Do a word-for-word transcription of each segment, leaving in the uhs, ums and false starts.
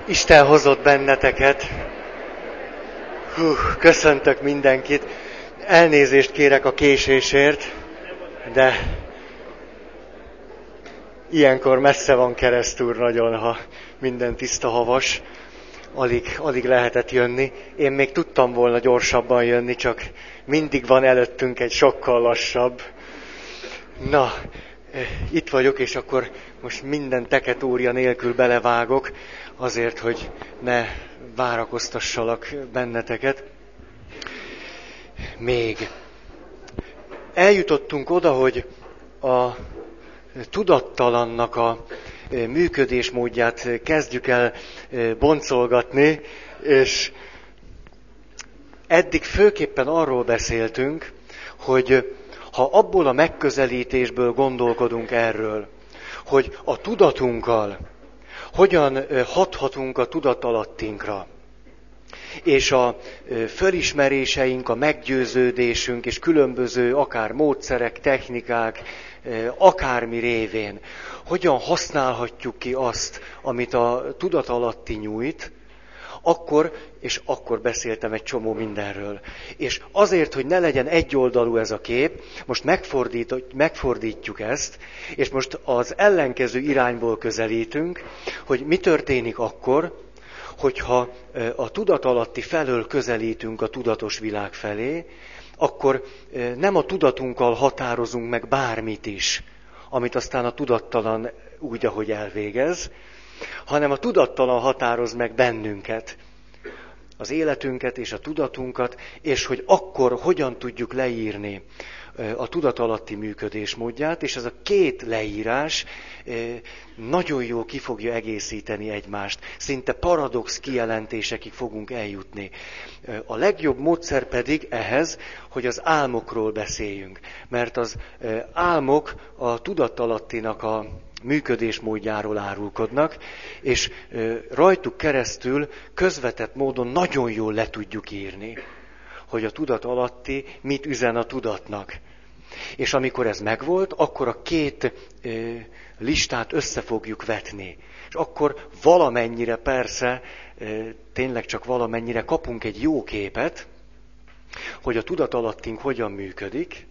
Isten hozott benneteket. Hú, köszöntök mindenkit. Elnézést kérek a késésért, de ilyenkor messze van Keresztúr nagyon, ha minden tiszta havas. Alig, alig lehetett jönni. Én még tudtam volna gyorsabban jönni, csak mindig van előttünk egy sokkal lassabb. Na, itt vagyok, és akkor most minden teketória nélkül belevágok, azért, hogy ne várakoztassalak benneteket. Még eljutottunk oda, hogy a tudattalannak a működésmódját kezdjük el boncolgatni, és eddig főképpen arról beszéltünk, hogy ha abból a megközelítésből gondolkodunk erről, hogy a tudatunkkal hogyan hathatunk a tudatalattinkra, és a fölismeréseink, a meggyőződésünk és különböző akár módszerek, technikák, akármi révén, hogyan használhatjuk ki azt, amit a tudatalatti nyújt, akkor, és akkor beszéltem egy csomó mindenről. És azért, hogy ne legyen egyoldalú ez a kép, most megfordít, megfordítjuk ezt, és most az ellenkező irányból közelítünk, hogy mi történik akkor, hogyha a tudatalatti felől közelítünk a tudatos világ felé, akkor nem a tudatunkkal határozunk meg bármit is, amit aztán a tudattalan úgy, ahogy elvégez, hanem a tudattalan határoz meg bennünket, az életünket és a tudatunkat, és hogy akkor hogyan tudjuk leírni a tudatalatti működésmódját, és ez a két leírás nagyon jól ki fogja egészíteni egymást. Szinte paradox kijelentésekig fogunk eljutni. A legjobb módszer pedig ehhez, hogy az álmokról beszéljünk, mert az álmok a tudatalattinak a működésmódjáról árulkodnak, és rajtuk keresztül közvetett módon nagyon jól le tudjuk írni, hogy a tudat alatti mit üzen a tudatnak. És amikor ez megvolt, akkor a két listát össze fogjuk vetni. És akkor valamennyire persze, tényleg csak valamennyire kapunk egy jó képet, hogy a tudat alattink hogyan működik,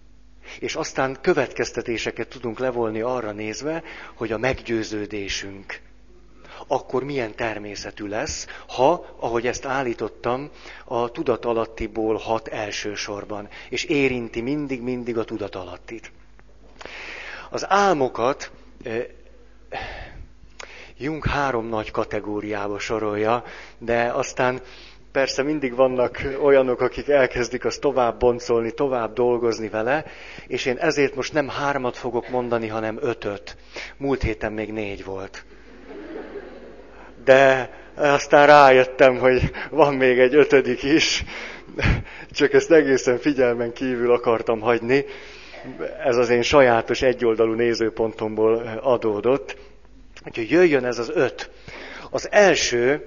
és aztán következtetéseket tudunk levonni arra nézve, hogy a meggyőződésünk akkor milyen természetű lesz, ha, ahogy ezt állítottam, a tudatalattiból hat elsősorban, és érinti mindig-mindig a tudatalattit. Az álmokat Jung három nagy kategóriába sorolja, de aztán persze mindig vannak olyanok, akik elkezdik azt tovább boncolni, tovább dolgozni vele, és én ezért most nem hármat fogok mondani, hanem ötöt. Múlt héten még négy volt. De aztán rájöttem, hogy van még egy ötödik is, csak ezt egészen figyelmen kívül akartam hagyni. Ez az én sajátos egyoldalú nézőpontomból adódott. Úgyhogy jöjjön ez az öt. Az első,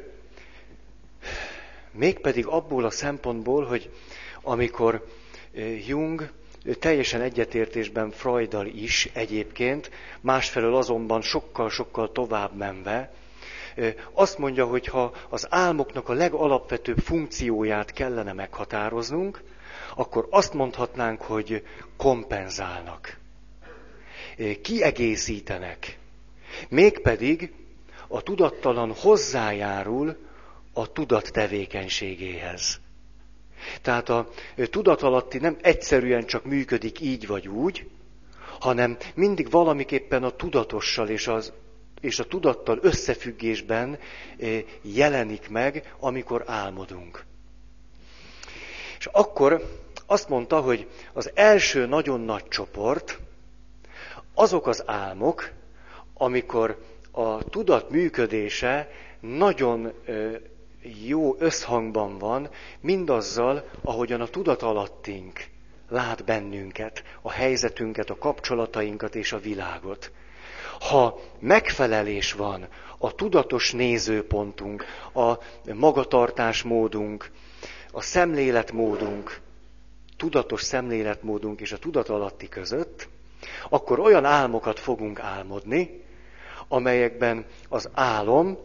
mégpedig abból a szempontból, hogy amikor Jung teljesen egyetértésben Freuddal is egyébként, másfelől azonban sokkal-sokkal tovább menve, azt mondja, hogy ha az álmoknak a legalapvetőbb funkcióját kellene meghatároznunk, akkor azt mondhatnánk, hogy kompenzálnak, kiegészítenek. Mégpedig a tudattalan hozzájárul a tudat tevékenységéhez. Tehát a tudatalatti nem egyszerűen csak működik így vagy úgy, hanem mindig valamiképpen a tudatossal és, az, és a tudattal összefüggésben jelenik meg, amikor álmodunk. És akkor azt mondta, hogy az első nagyon nagy csoport azok az álmok, amikor a tudat működése nagyon jó összhangban van mindazzal, ahogyan a tudatalattunk lát bennünket, a helyzetünket, a kapcsolatainkat és a világot. Ha megfelelés van a tudatos nézőpontunk, a magatartásmódunk, a szemléletmódunk, tudatos szemléletmódunk és a tudatalatti között, akkor olyan álmokat fogunk álmodni, amelyekben az álom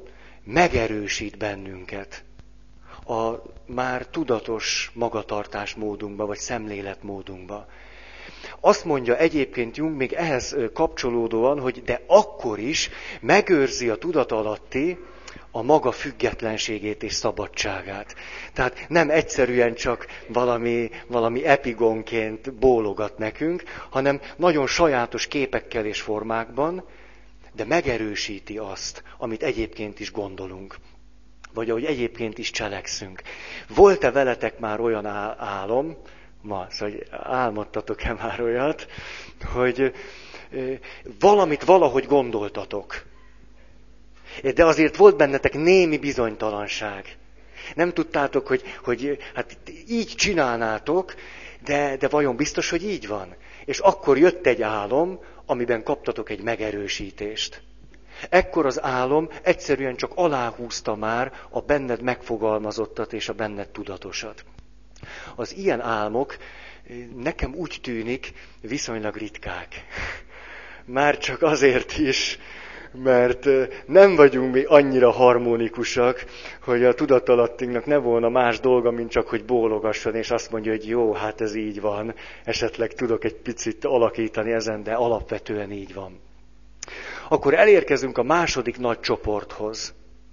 megerősít bennünket a már tudatos magatartásmódunkba, vagy szemléletmódunkba. Azt mondja egyébként Jung még ehhez kapcsolódóan, hogy de akkor is megőrzi a tudatalatti a maga függetlenségét és szabadságát. Tehát nem egyszerűen csak valami, valami epigonként bólogat nekünk, hanem nagyon sajátos képekkel és formákban, de megerősíti azt, amit egyébként is gondolunk, vagy ahogy egyébként is cselekszünk. Volt-e veletek már olyan álom, ma, szóval álmodtatok-e már olyat, hogy valamit valahogy gondoltatok, de azért volt bennetek némi bizonytalanság. Nem tudtátok, hogy, hogy hát így csinálnátok, de, de vajon biztos, hogy így van? És akkor jött egy álom, amiben kaptatok egy megerősítést. Ekkor az álom egyszerűen csak aláhúzta már a benned megfogalmazottat és a benned tudatosat. Az ilyen álmok nekem úgy tűnik viszonylag ritkák. Már csak azért is, mert nem vagyunk mi annyira harmonikusak, hogy a tudatalattinknak ne volna más dolga, mint csak, hogy bólogasson, és azt mondja, hogy jó, hát ez így van, esetleg tudok egy picit alakítani ezen, de alapvetően így van. Akkor elérkezünk a második nagy csoporthoz.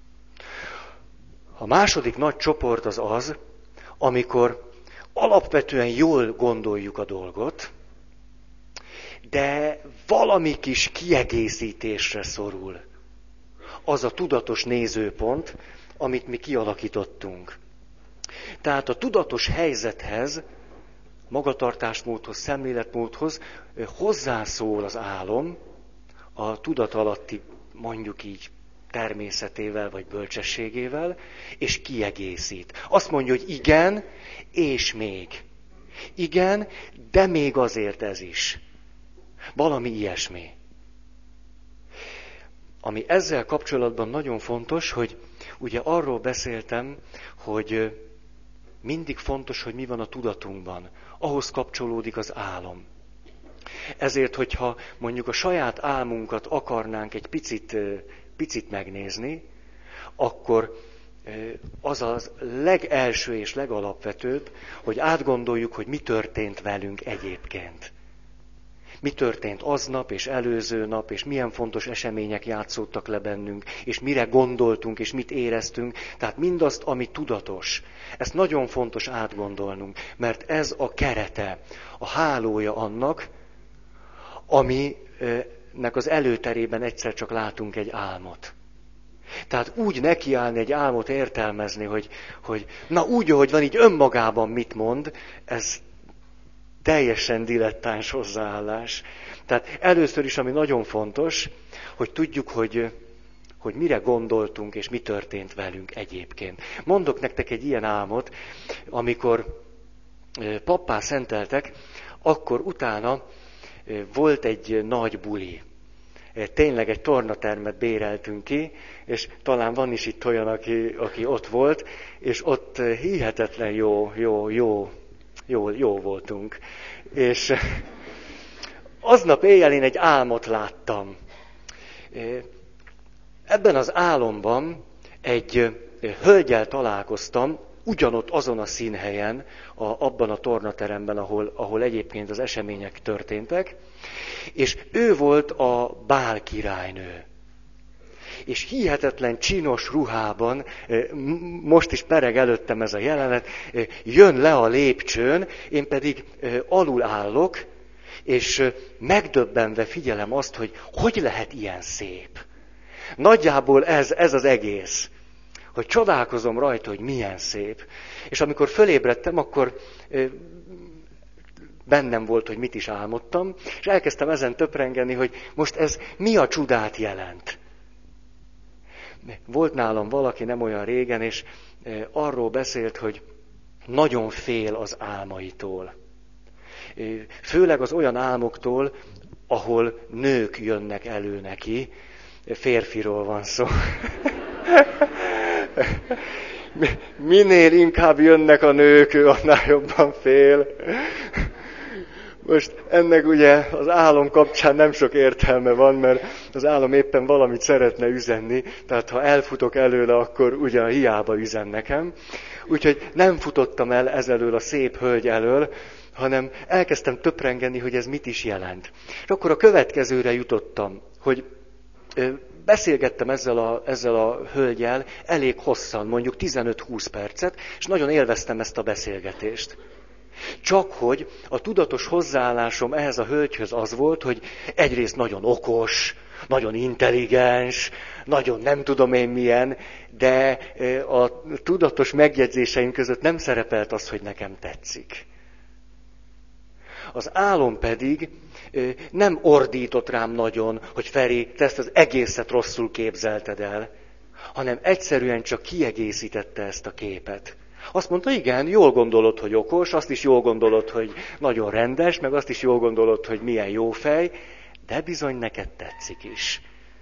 A második nagy csoport az az, amikor alapvetően jól gondoljuk a dolgot, de valami kis kiegészítésre szorul. Az a tudatos nézőpont, amit mi kialakítottunk. Tehát a tudatos helyzethez, magatartásmódhoz, szemléletmódhoz hozzászól az álom, a tudatalatti, mondjuk így, természetével vagy bölcsességével, és kiegészít. Azt mondja, hogy igen, és még. Igen, de még azért ez is. Valami ilyesmi. Ami ezzel kapcsolatban nagyon fontos, hogy ugye arról beszéltem, hogy mindig fontos, hogy mi van a tudatunkban. Ahhoz kapcsolódik az álom. Ezért, hogyha mondjuk a saját álmunkat akarnánk egy picit, picit megnézni, akkor az a legelső és legalapvetőbb, hogy átgondoljuk, hogy mi történt velünk egyébként. Mi történt aznap és előző nap, és milyen fontos események játszódtak le bennünk, és mire gondoltunk, és mit éreztünk. Tehát mindazt, ami tudatos. Ezt nagyon fontos átgondolnunk, mert ez a kerete, a hálója annak, aminek az előterében egyszer csak látunk egy álmot. Tehát úgy nekiállni egy álmot értelmezni, hogy, hogy na úgy, ahogy van, így önmagában mit mond, ez teljesen dilettáns hozzáállás. Tehát először is, ami nagyon fontos, hogy tudjuk, hogy, hogy mire gondoltunk, és mi történt velünk egyébként. Mondok nektek egy ilyen álmot, amikor pappá szenteltek, akkor utána volt egy nagy buli. Tényleg egy tornatermet béreltünk ki, és talán van is itt olyan, aki, aki ott volt, és ott hihetetlen jó, jó, jó, jó, jó voltunk. És aznap éjjel én egy álmot láttam. Ebben az álomban egy hölggyel találkoztam, ugyanott azon a színhelyen, a, abban a tornateremben, ahol, ahol egyébként az események történtek, és ő volt a bál királynő. És hihetetlen csinos ruhában, most is pereg előttem ez a jelenet, jön le a lépcsőn, én pedig alul állok, és megdöbbenve figyelem azt, hogy hogy lehet ilyen szép. Nagyjából ez, ez az egész. Hogy csodálkozom rajta, hogy milyen szép. És amikor fölébredtem, akkor bennem volt, hogy mit is álmodtam, és elkezdtem ezen töprengeni, hogy most ez mi a csodát jelent. Volt nálam valaki nem olyan régen, és arról beszélt, hogy nagyon fél az álmaitól. Főleg az olyan álmoktól, ahol nők jönnek elő neki, férfiról van szó. Minél inkább jönnek a nők, ő annál jobban fél. Most ennek ugye az álom kapcsán nem sok értelme van, mert az álom éppen valamit szeretne üzenni, tehát ha elfutok előle, akkor ugyan hiába üzen nekem. Úgyhogy nem futottam el ezelől a szép hölgy elől, hanem elkezdtem töprengeni, hogy ez mit is jelent. És akkor a következőre jutottam, hogy beszélgettem ezzel a, ezzel a hölgyel elég hosszan, mondjuk tizenöt-húsz percet, és nagyon élveztem ezt a beszélgetést. Csak hogy a tudatos hozzáállásom ehhez a hölgyhöz az volt, hogy egyrészt nagyon okos, nagyon intelligens, nagyon nem tudom én milyen, de a tudatos megjegyzéseim között nem szerepelt az, hogy nekem tetszik. Az álom pedig nem ordított rám nagyon, hogy Feri, te ezt az egészet rosszul képzelted el, hanem egyszerűen csak kiegészítette ezt a képet. Azt mondta, igen, jól gondolod, hogy okos, azt is jól gondolod, hogy nagyon rendes, meg azt is jól gondolod, hogy milyen jó fej, de bizony neked tetszik is.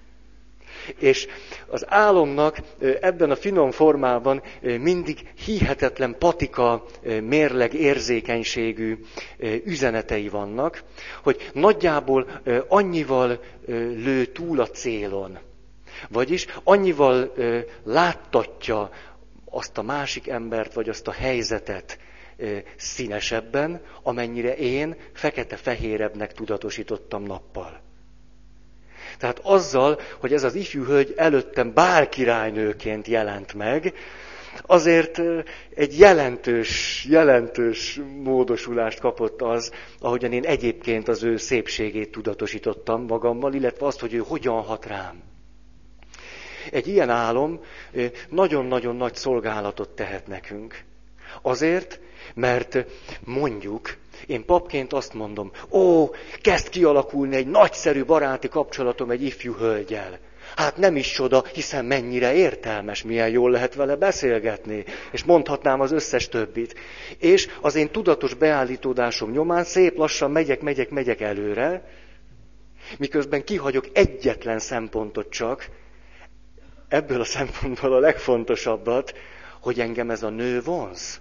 És az álomnak ebben a finom formában mindig hihetetlen patika, mérleg, érzékenységű üzenetei vannak, hogy nagyjából annyival lő túl a célon. Vagyis annyival láttatja azt a másik embert, vagy azt a helyzetet színesebben, amennyire én fekete-fehérebbnek tudatosítottam nappal. Tehát azzal, hogy ez az ifjú hölgy előttem bálkirálynőként jelent meg, azért egy jelentős, jelentős módosulást kapott az, ahogyan én egyébként az ő szépségét tudatosítottam magammal, illetve azt, hogy ő hogyan hat rám. Egy ilyen álom nagyon-nagyon nagy szolgálatot tehet nekünk. Azért, mert mondjuk, én papként azt mondom, ó, kezd kialakulni egy nagyszerű baráti kapcsolatom egy ifjú hölgyel. Hát nem is csoda, hiszen mennyire értelmes, milyen jól lehet vele beszélgetni, és mondhatnám az összes többit. És az én tudatos beállítódásom nyomán szép lassan megyek, megyek, megyek előre, miközben kihagyok egyetlen szempontot csak, ebből a szempontból a legfontosabbat, hogy engem ez a nő vonz.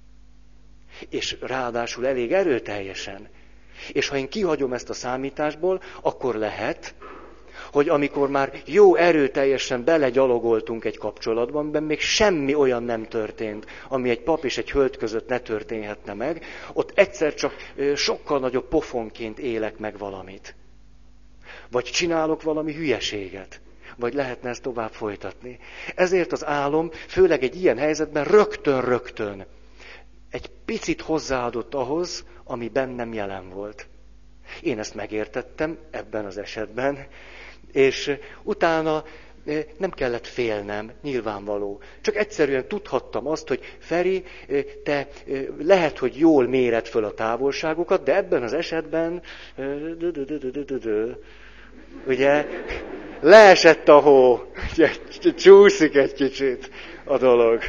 És ráadásul elég erőteljesen. És ha én kihagyom ezt a számításból, akkor lehet, hogy amikor már jó erőteljesen belegyalogoltunk egy kapcsolatban, ben még semmi olyan nem történt, ami egy pap és egy hölgy között ne történhetne meg, ott egyszer csak sokkal nagyobb pofonként élek meg valamit. Vagy csinálok valami hülyeséget. Vagy lehetne ezt tovább folytatni. Ezért az álom, főleg egy ilyen helyzetben rögtön-rögtön egy picit hozzáadott ahhoz, ami bennem jelen volt. Én ezt megértettem ebben az esetben, és utána nem kellett félnem, nyilvánvaló. Csak egyszerűen tudhattam azt, hogy Feri, te lehet, hogy jól méred föl a távolságokat, de ebben az esetben ugye leesett a hó, ugye, csúszik egy kicsit a dolog.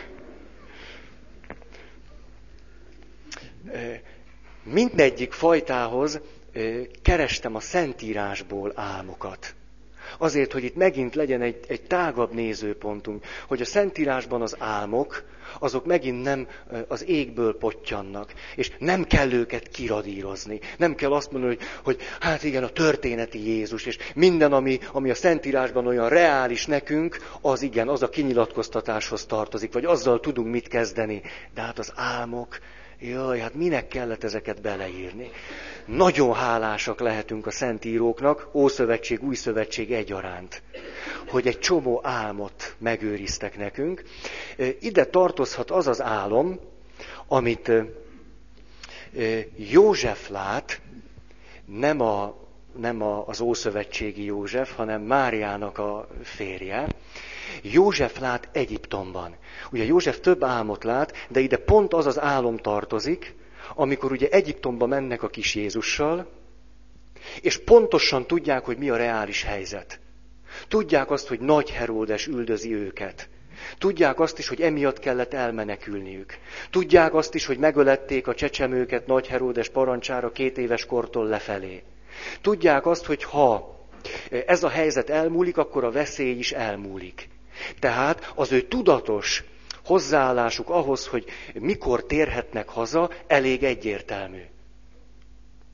Mindegyik fajtához kerestem a Szentírásból álmokat. Azért, hogy itt megint legyen egy, egy tágabb nézőpontunk, hogy a Szentírásban az álmok, azok megint nem az égből pottyannak, és nem kell őket kiradírozni. Nem kell azt mondani, hogy, hogy hát igen, a történeti Jézus, és minden, ami, ami a Szentírásban olyan reális nekünk, az igen, az a kinyilatkoztatáshoz tartozik, vagy azzal tudunk mit kezdeni. De hát az álmok, jaj, hát minek kellett ezeket beleírni? Nagyon hálásak lehetünk a szentíróknak, Ószövetség, Új Szövetség egyaránt, hogy egy csomó álmot megőriztek nekünk. Ide tartozhat az az álom, amit József lát, nem, a, nem az ószövetségi József, hanem Máriának a férje. József lát Egyiptomban. Ugye József több álmot lát, de ide pont az az álom tartozik, amikor ugye Egyiptomba mennek a kis Jézussal, és pontosan tudják, hogy mi a reális helyzet. Tudják azt, hogy nagy Heródes üldözi őket. Tudják azt is, hogy emiatt kellett elmenekülniük. Tudják azt is, hogy megölették a csecsemőket nagy Heródes parancsára két éves kortól lefelé. Tudják azt, hogy ha ez a helyzet elmúlik, akkor a veszély is elmúlik. Tehát az ő tudatos hozzáállásuk ahhoz, hogy mikor térhetnek haza, elég egyértelmű.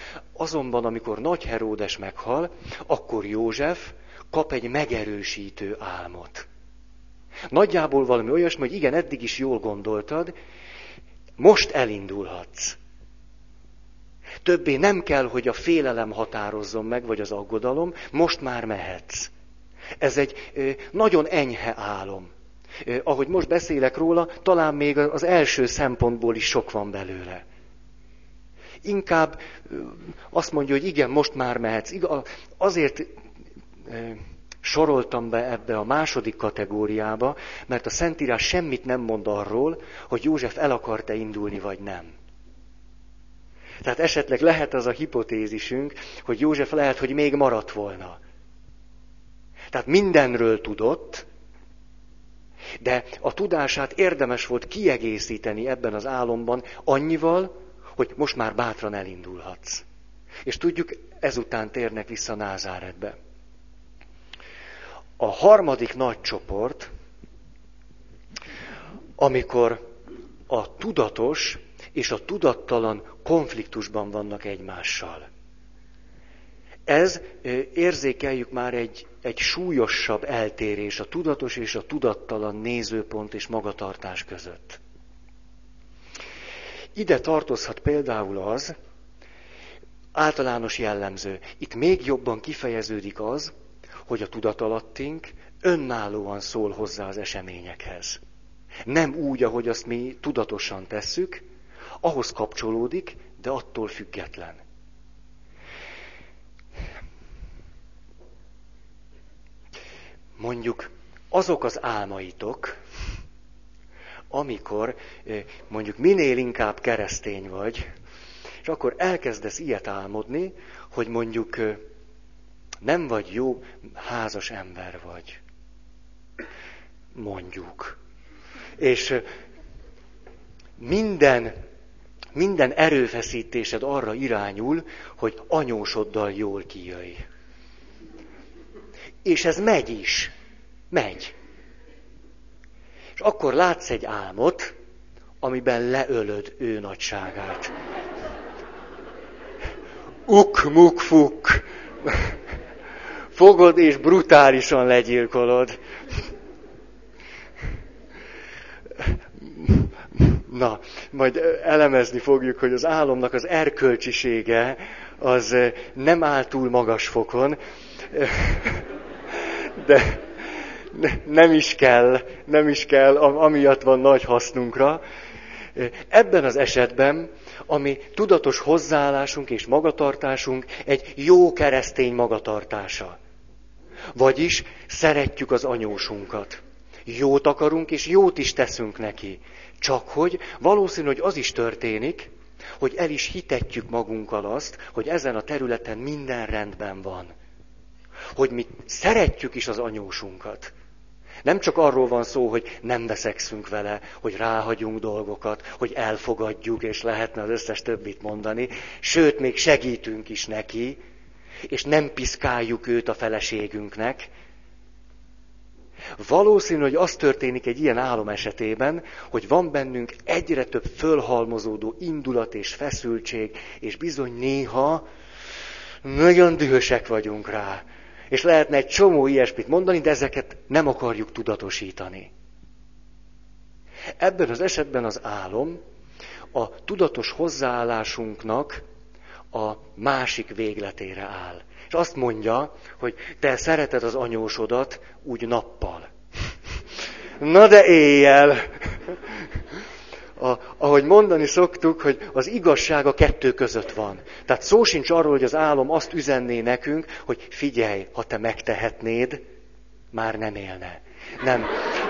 Azonban, amikor Nagy Heródes meghal, akkor József kap egy megerősítő álmot. Nagyjából valami olyasmi, hogy igen, eddig is jól gondoltad, most elindulhatsz. Többé nem kell, hogy a félelem határozzon meg, vagy az aggodalom, most már mehetsz. Ez egy nagyon enyhe álom. Ahogy most beszélek róla, talán még az első szempontból is sok van belőle. Inkább azt mondja, hogy igen, most már mehetsz. Azért soroltam be ebbe a második kategóriába, mert a Szentírás semmit nem mond arról, hogy József el akart-e indulni, vagy nem. Tehát esetleg lehet az a hipotézisünk, hogy József lehet, hogy még maradt volna. Tehát mindenről tudott, de a tudását érdemes volt kiegészíteni ebben az álomban annyival, hogy most már bátran elindulhatsz. És tudjuk, ezután térnek vissza Názáretbe. A harmadik nagy csoport, amikor a tudatos és a tudattalan konfliktusban vannak egymással. Ez, érzékeljük már egy, egy súlyosabb eltérés a tudatos és a tudattalan nézőpont és magatartás között. Ide tartozhat például az, általános jellemző, itt még jobban kifejeződik az, hogy a tudatalattink önállóan szól hozzá az eseményekhez. Nem úgy, ahogy azt mi tudatosan tesszük, ahhoz kapcsolódik, de attól független. Mondjuk azok az álmaitok, amikor mondjuk minél inkább keresztény vagy, és akkor elkezdesz ilyet álmodni, hogy mondjuk nem vagy jó házas ember vagy. Mondjuk. És minden, minden erőfeszítésed arra irányul, hogy anyósoddal jól kijöjj. És ez megy is. Megy. És akkor látsz egy álmot, amiben leölöd ő nagyságát. Uk-muk-fuk. Fogod és brutálisan legyilkolod. Na, majd elemezni fogjuk, hogy az álomnak az erkölcsisége az nem áll túl magas fokon, de nem is kell, nem is kell, amiatt van nagy hasznunkra. Ebben az esetben, ami tudatos hozzáállásunk és magatartásunk, egy jó keresztény magatartása. Vagyis szeretjük az anyósunkat. Jót akarunk, és jót is teszünk neki. Csak hogy valószínű, hogy az is történik, hogy el is hitetjük magunkkal azt, hogy ezen a területen minden rendben van. Hogy mi szeretjük is az anyósunkat. Nem csak arról van szó, hogy nem veszekszünk vele, hogy ráhagyunk dolgokat, hogy elfogadjuk, és lehetne az összes többit mondani, sőt, még segítünk is neki, és nem piszkáljuk őt a feleségünknek. Valószínű, hogy az történik egy ilyen álom esetében, hogy van bennünk egyre több fölhalmozódó indulat és feszültség, és bizony néha nagyon dühösek vagyunk rá. És lehetne egy csomó ilyesmit mondani, de ezeket nem akarjuk tudatosítani. Ebben az esetben az álom a tudatos hozzáállásunknak a másik végletére áll. És azt mondja, hogy te szereted az anyósodat úgy nappal. Na de éjjel! A, ahogy mondani szoktuk, hogy az igazság a kettő között van. Tehát szó sincs arról, hogy az álom azt üzenné nekünk, hogy figyelj, ha te megtehetnéd, már nem élne. Nem.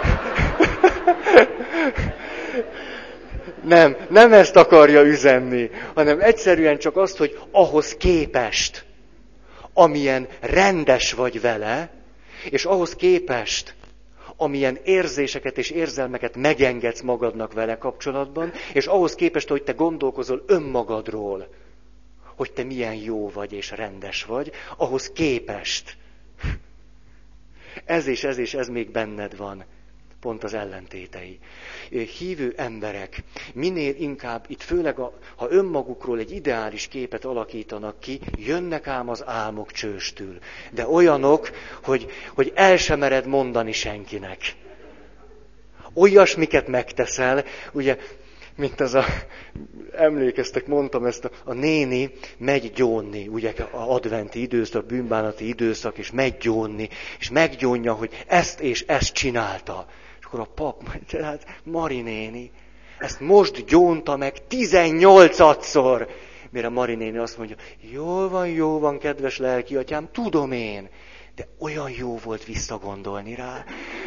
Nem, nem ezt akarja üzenni, hanem egyszerűen csak azt, hogy ahhoz képest, amilyen rendes vagy vele, és ahhoz képest, amilyen érzéseket és érzelmeket megengedsz magadnak vele kapcsolatban, és ahhoz képest, hogy te gondolkozol önmagadról, hogy te milyen jó vagy és rendes vagy, ahhoz képest. Ez és ez és ez még benned van. pont az ellentétei. Hívő emberek minél inkább, itt főleg, a, ha önmagukról egy ideális képet alakítanak ki, jönnek ám az álmok csőstül. De olyanok, hogy, hogy el sem mered mondani senkinek. Olyasmiket megteszel, ugye, mint az a, emlékeztek, mondtam ezt, a, a néni megy gyónni, ugye, a adventi időszak, bűnbánati időszak, és megy gyónni, és meggyónja, hogy ezt és ezt csinálta. És akkor a pap mondja, hát Mari néni, ezt most gyónta meg tizennyolcadszor. Mire Mari néni azt mondja, jól van, jó van, kedves lelki atyám, tudom én, de olyan jó volt visszagondolni rá.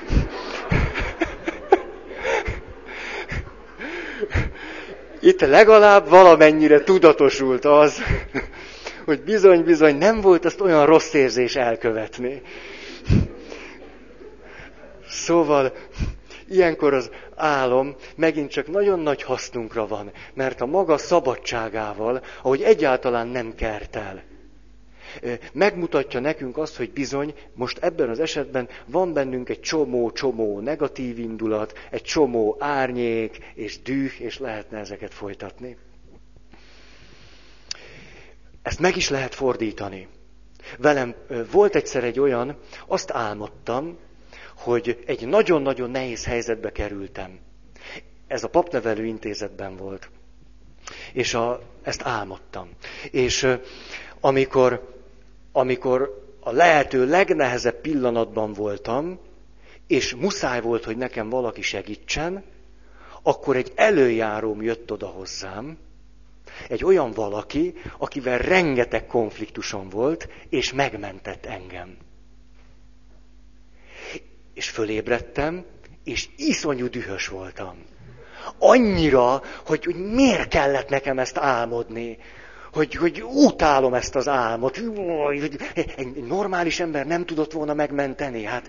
Itt legalább valamennyire tudatosult az, hogy bizony-bizony nem volt azt olyan rossz érzés elkövetni. Szóval ilyenkor az álom megint csak nagyon nagy hasznunkra van, mert a maga szabadságával, ahogy egyáltalán nem kertel, megmutatja nekünk azt, hogy bizony, most ebben az esetben van bennünk egy csomó-csomó negatív indulat, egy csomó árnyék és düh, és lehetne ezeket folytatni. Ezt meg is lehet fordítani. Velem volt egyszer egy olyan, azt álmodtam, hogy egy nagyon-nagyon nehéz helyzetbe kerültem. Ez a papnevelő intézetben volt. És a, ezt álmodtam. És amikor... amikor a lehető legnehezebb pillanatban voltam, és muszáj volt, hogy nekem valaki segítsen, akkor egy előjáróm jött oda hozzám, egy olyan valaki, akivel rengeteg konfliktusom volt, és megmentett engem. És fölébredtem, és iszonyú dühös voltam. Annyira, hogy, hogy miért kellett nekem ezt álmodni. Hogy, hogy utálom ezt az álmot, hogy egy normális ember nem tudott volna megmenteni. Hát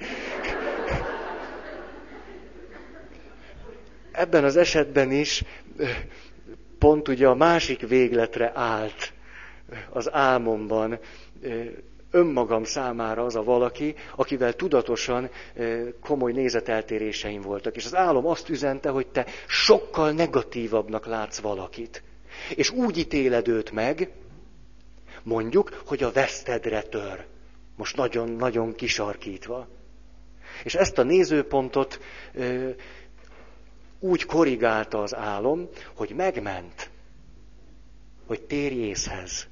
ebben az esetben is pont ugye a másik végletre állt az álmomban önmagam számára az a valaki, akivel tudatosan komoly nézeteltéréseim voltak. És az álom azt üzente, hogy te sokkal negatívabbnak látsz valakit. És úgy ítéled őt meg, mondjuk, hogy a vesztedre tör. Most nagyon-nagyon kisarkítva. És ezt a nézőpontot ö, úgy korrigálta az álom, hogy megment, hogy térj észhez.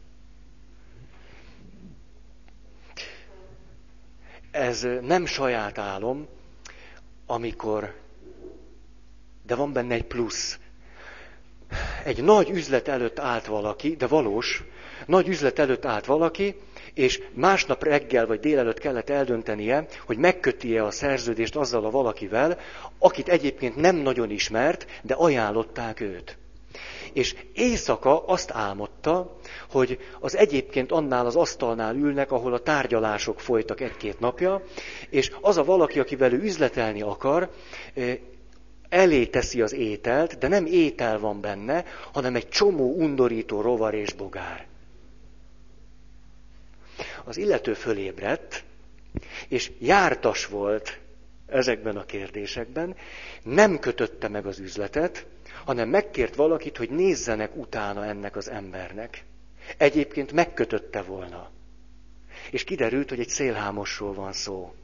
Ez nem saját álom, amikor, de van benne egy plusz. Egy nagy üzlet előtt állt valaki, de valós, nagy üzlet előtt állt valaki, és másnap reggel vagy délelőtt kellett eldöntenie, hogy megköti-e a szerződést azzal a valakivel, akit egyébként nem nagyon ismert, de ajánlották őt. És éjszaka azt álmodta, hogy az egyébként annál az asztalnál ülnek, ahol a tárgyalások folytak egy-két napja, és az a valaki, akivel ő üzletelni akar, elé teszi az ételt, de nem étel van benne, hanem egy csomó undorító rovar és bogár. Az illető fölébredt, és jártas volt ezekben a kérdésekben, nem kötötte meg az üzletet, hanem megkért valakit, hogy nézzenek utána ennek az embernek. Egyébként megkötötte volna. És kiderült, hogy egy szélhámosról van szó.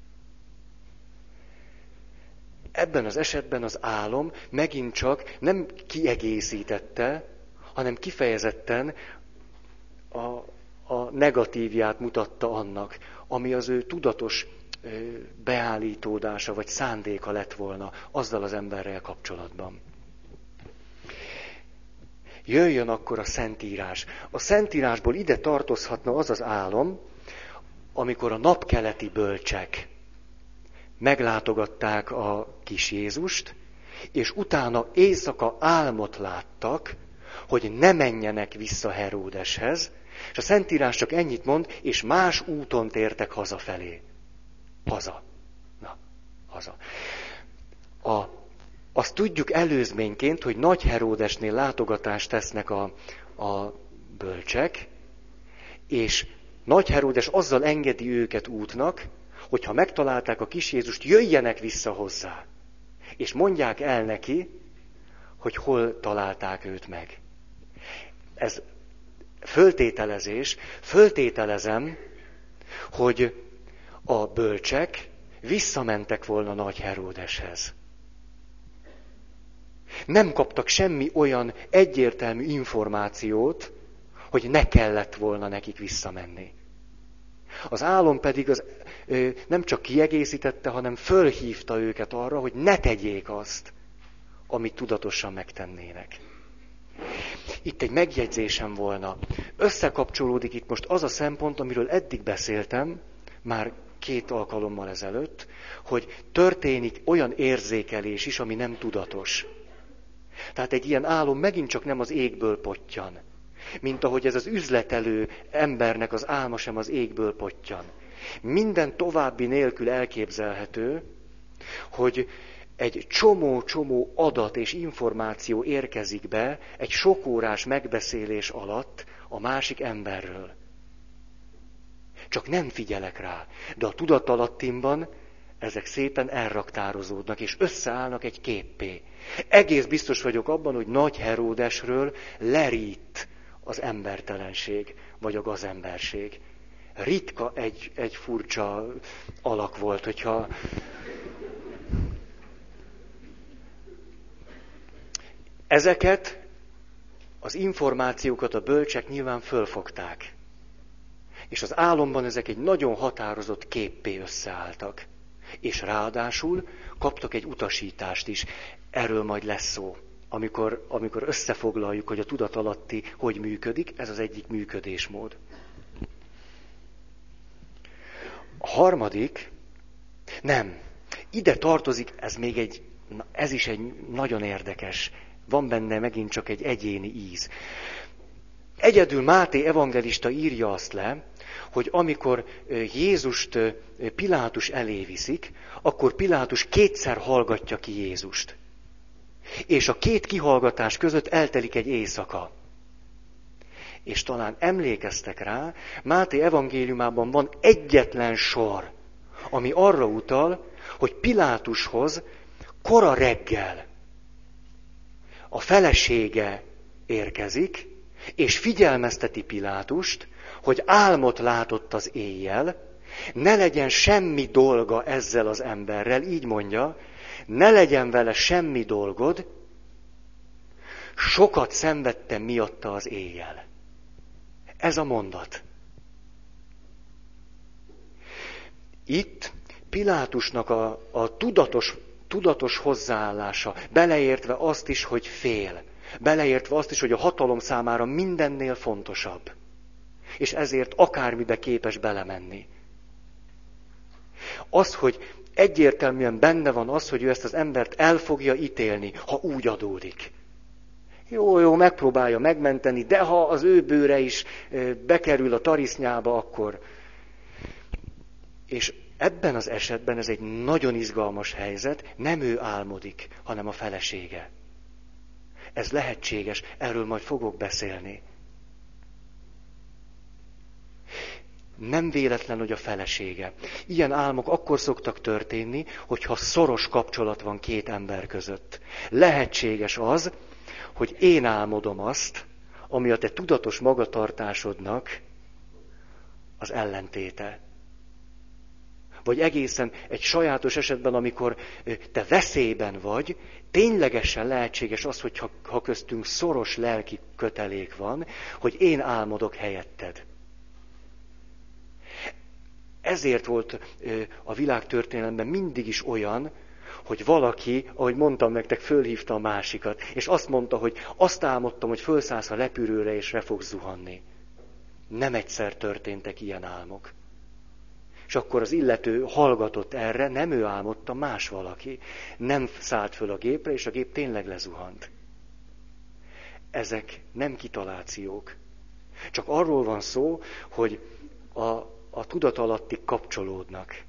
Ebben az esetben az álom megint csak nem kiegészítette, hanem kifejezetten a, a negatívját mutatta annak, ami az ő tudatos beállítódása vagy szándéka lett volna azzal az emberrel kapcsolatban. Jöjjön akkor a Szentírás. A Szentírásból ide tartozhatna az az álom, amikor a napkeleti bölcsek meglátogatták a kis Jézust, és utána éjszaka álmot láttak, hogy ne menjenek vissza Heródeshez, és a Szentírás csak ennyit mond, és más úton tértek hazafelé. Haza. Na, haza. A, azt tudjuk előzményként, hogy Nagy Heródesnél látogatást tesznek a, a bölcsek, és Nagy Heródes azzal engedi őket útnak, hogyha megtalálták a kis Jézust, jöjjenek vissza hozzá. és mondják el neki, hogy hol találták őt meg. Ez föltételezés. Föltételezem, hogy a bölcsek visszamentek volna Nagy Heródeshez. Nem kaptak semmi olyan egyértelmű információt, hogy ne kellett volna nekik visszamenni. Az álom pedig az, ö, nem csak kiegészítette, hanem fölhívta őket arra, hogy ne tegyék azt, amit tudatosan megtennének. Itt egy megjegyzésem volna. Összekapcsolódik itt most az a szempont, amiről eddig beszéltem, már két alkalommal ezelőtt, hogy történik olyan érzékelés is, ami nem tudatos. Tehát egy ilyen álom megint csak nem az égből pottyan. Mint ahogy ez az üzletelő embernek az álma sem az égből pottyan. Minden további nélkül elképzelhető, hogy egy csomó-csomó adat és információ érkezik be egy sokórás megbeszélés alatt a másik emberről. Csak nem figyelek rá, de a tudatalattimban ezek szépen elraktározódnak, és összeállnak egy képpé. Egész biztos vagyok abban, hogy Nagy Heródesről lerít az embertelenség, vagy a gazemberség. Ritka egy, egy furcsa alak volt, hogyha... Ezeket az információkat a bölcsek nyilván fölfogták. És az álomban ezek egy nagyon határozott képpé összeálltak. És ráadásul kaptak egy utasítást is. Erről majd lesz szó. Amikor, amikor összefoglaljuk, hogy a tudatalatti hogy működik, ez az egyik működésmód. A harmadik, nem, ide tartozik, ez még egy, ez is egy nagyon érdekes, van benne megint csak egy egyéni íz. Egyedül Máté evangelista írja azt le, hogy amikor Jézust Pilátus elé viszik, akkor Pilátus kétszer hallgatja ki Jézust. És a két kihallgatás között eltelik egy éjszaka. És talán emlékeztek rá, Máté evangéliumában van egyetlen sor, ami arra utal, hogy Pilátushoz kora reggel a felesége érkezik, és figyelmezteti Pilátust, hogy álmot látott az éjjel, ne legyen semmi dolga ezzel az emberrel, így mondja, ne legyen vele semmi dolgod, sokat szenvedtem miatta az éjjel. Ez a mondat. Itt Pilátusnak a, a tudatos, tudatos hozzáállása, beleértve azt is, hogy fél, beleértve azt is, hogy a hatalom számára mindennél fontosabb, és ezért akármibe képes belemenni. Az, hogy egyértelműen benne van az, hogy ő ezt az embert el fogja ítélni, ha úgy adódik. Jó, jó, megpróbálja megmenteni, de ha az ő bőre is bekerül a tarisznyába, akkor... És ebben az esetben ez egy nagyon izgalmas helyzet, nem ő álmodik, hanem a felesége. Ez lehetséges, erről majd fogok beszélni. Nem véletlen, hogy a felesége. Ilyen álmok akkor szoktak történni, hogyha szoros kapcsolat van két ember között. Lehetséges az, hogy én álmodom azt, ami a te tudatos magatartásodnak az ellentéte. Vagy egészen egy sajátos esetben, amikor te veszélyben vagy, ténylegesen lehetséges az, hogy ha, ha köztünk szoros lelki kötelék van, hogy én álmodok helyetted. Ezért volt a világtörténelemben mindig is olyan, hogy valaki, ahogy mondtam nektek, fölhívta a másikat, és azt mondta, hogy azt álmodtam, hogy fölszállsz a lepürőre, és le fogsz zuhanni. Nem egyszer történtek ilyen álmok. És akkor az illető hallgatott erre, nem ő álmodta, más valaki. Nem szállt föl a gépre, és a gép tényleg lezuhant. Ezek nem kitalációk. Csak arról van szó, hogy a, a tudatalattik kapcsolódnak.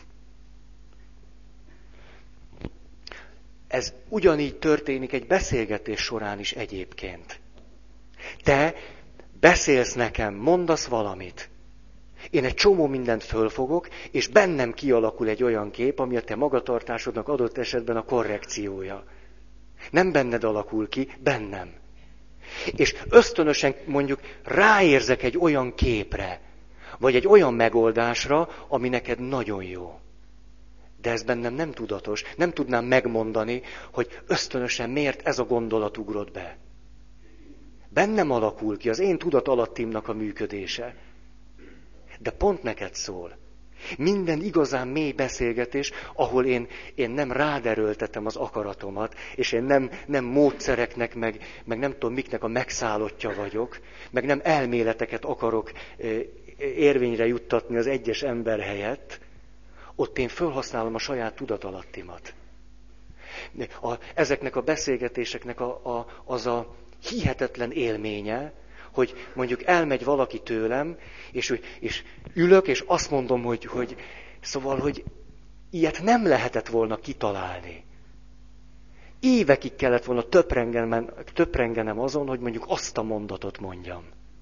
Ez ugyanígy történik egy beszélgetés során is egyébként. Te beszélsz nekem, mondasz valamit, Én egy csomó mindent fölfogok, és bennem kialakul egy olyan kép, ami a te magatartásodnak adott esetben a korrekciója. Nem benned alakul ki, bennem. És ösztönösen mondjuk ráérzek egy olyan képre, vagy egy olyan megoldásra, ami neked nagyon jó. De ez bennem nem tudatos. Nem tudnám megmondani, hogy ösztönösen miért ez a gondolat ugrott be. Bennem alakul ki az én tudatalattimnak a működése. De pont neked szól. Minden igazán mély beszélgetés, ahol én, én nem ráderőltetem az akaratomat, és én nem, nem módszereknek, meg, meg nem tudom miknek a megszállottja vagyok, meg nem elméleteket akarok érvényre juttatni az egyes ember helyett, ott én felhasználom a saját tudatalattimat. A, ezeknek a beszélgetéseknek a, a, az a hihetetlen élménye, hogy mondjuk elmegy valaki tőlem, és, és ülök, és azt mondom, hogy, hogy szóval, hogy ilyet nem lehetett volna kitalálni. Évekig kellett volna töprengenem, töprengenem azon, hogy mondjuk azt a mondatot mondjam.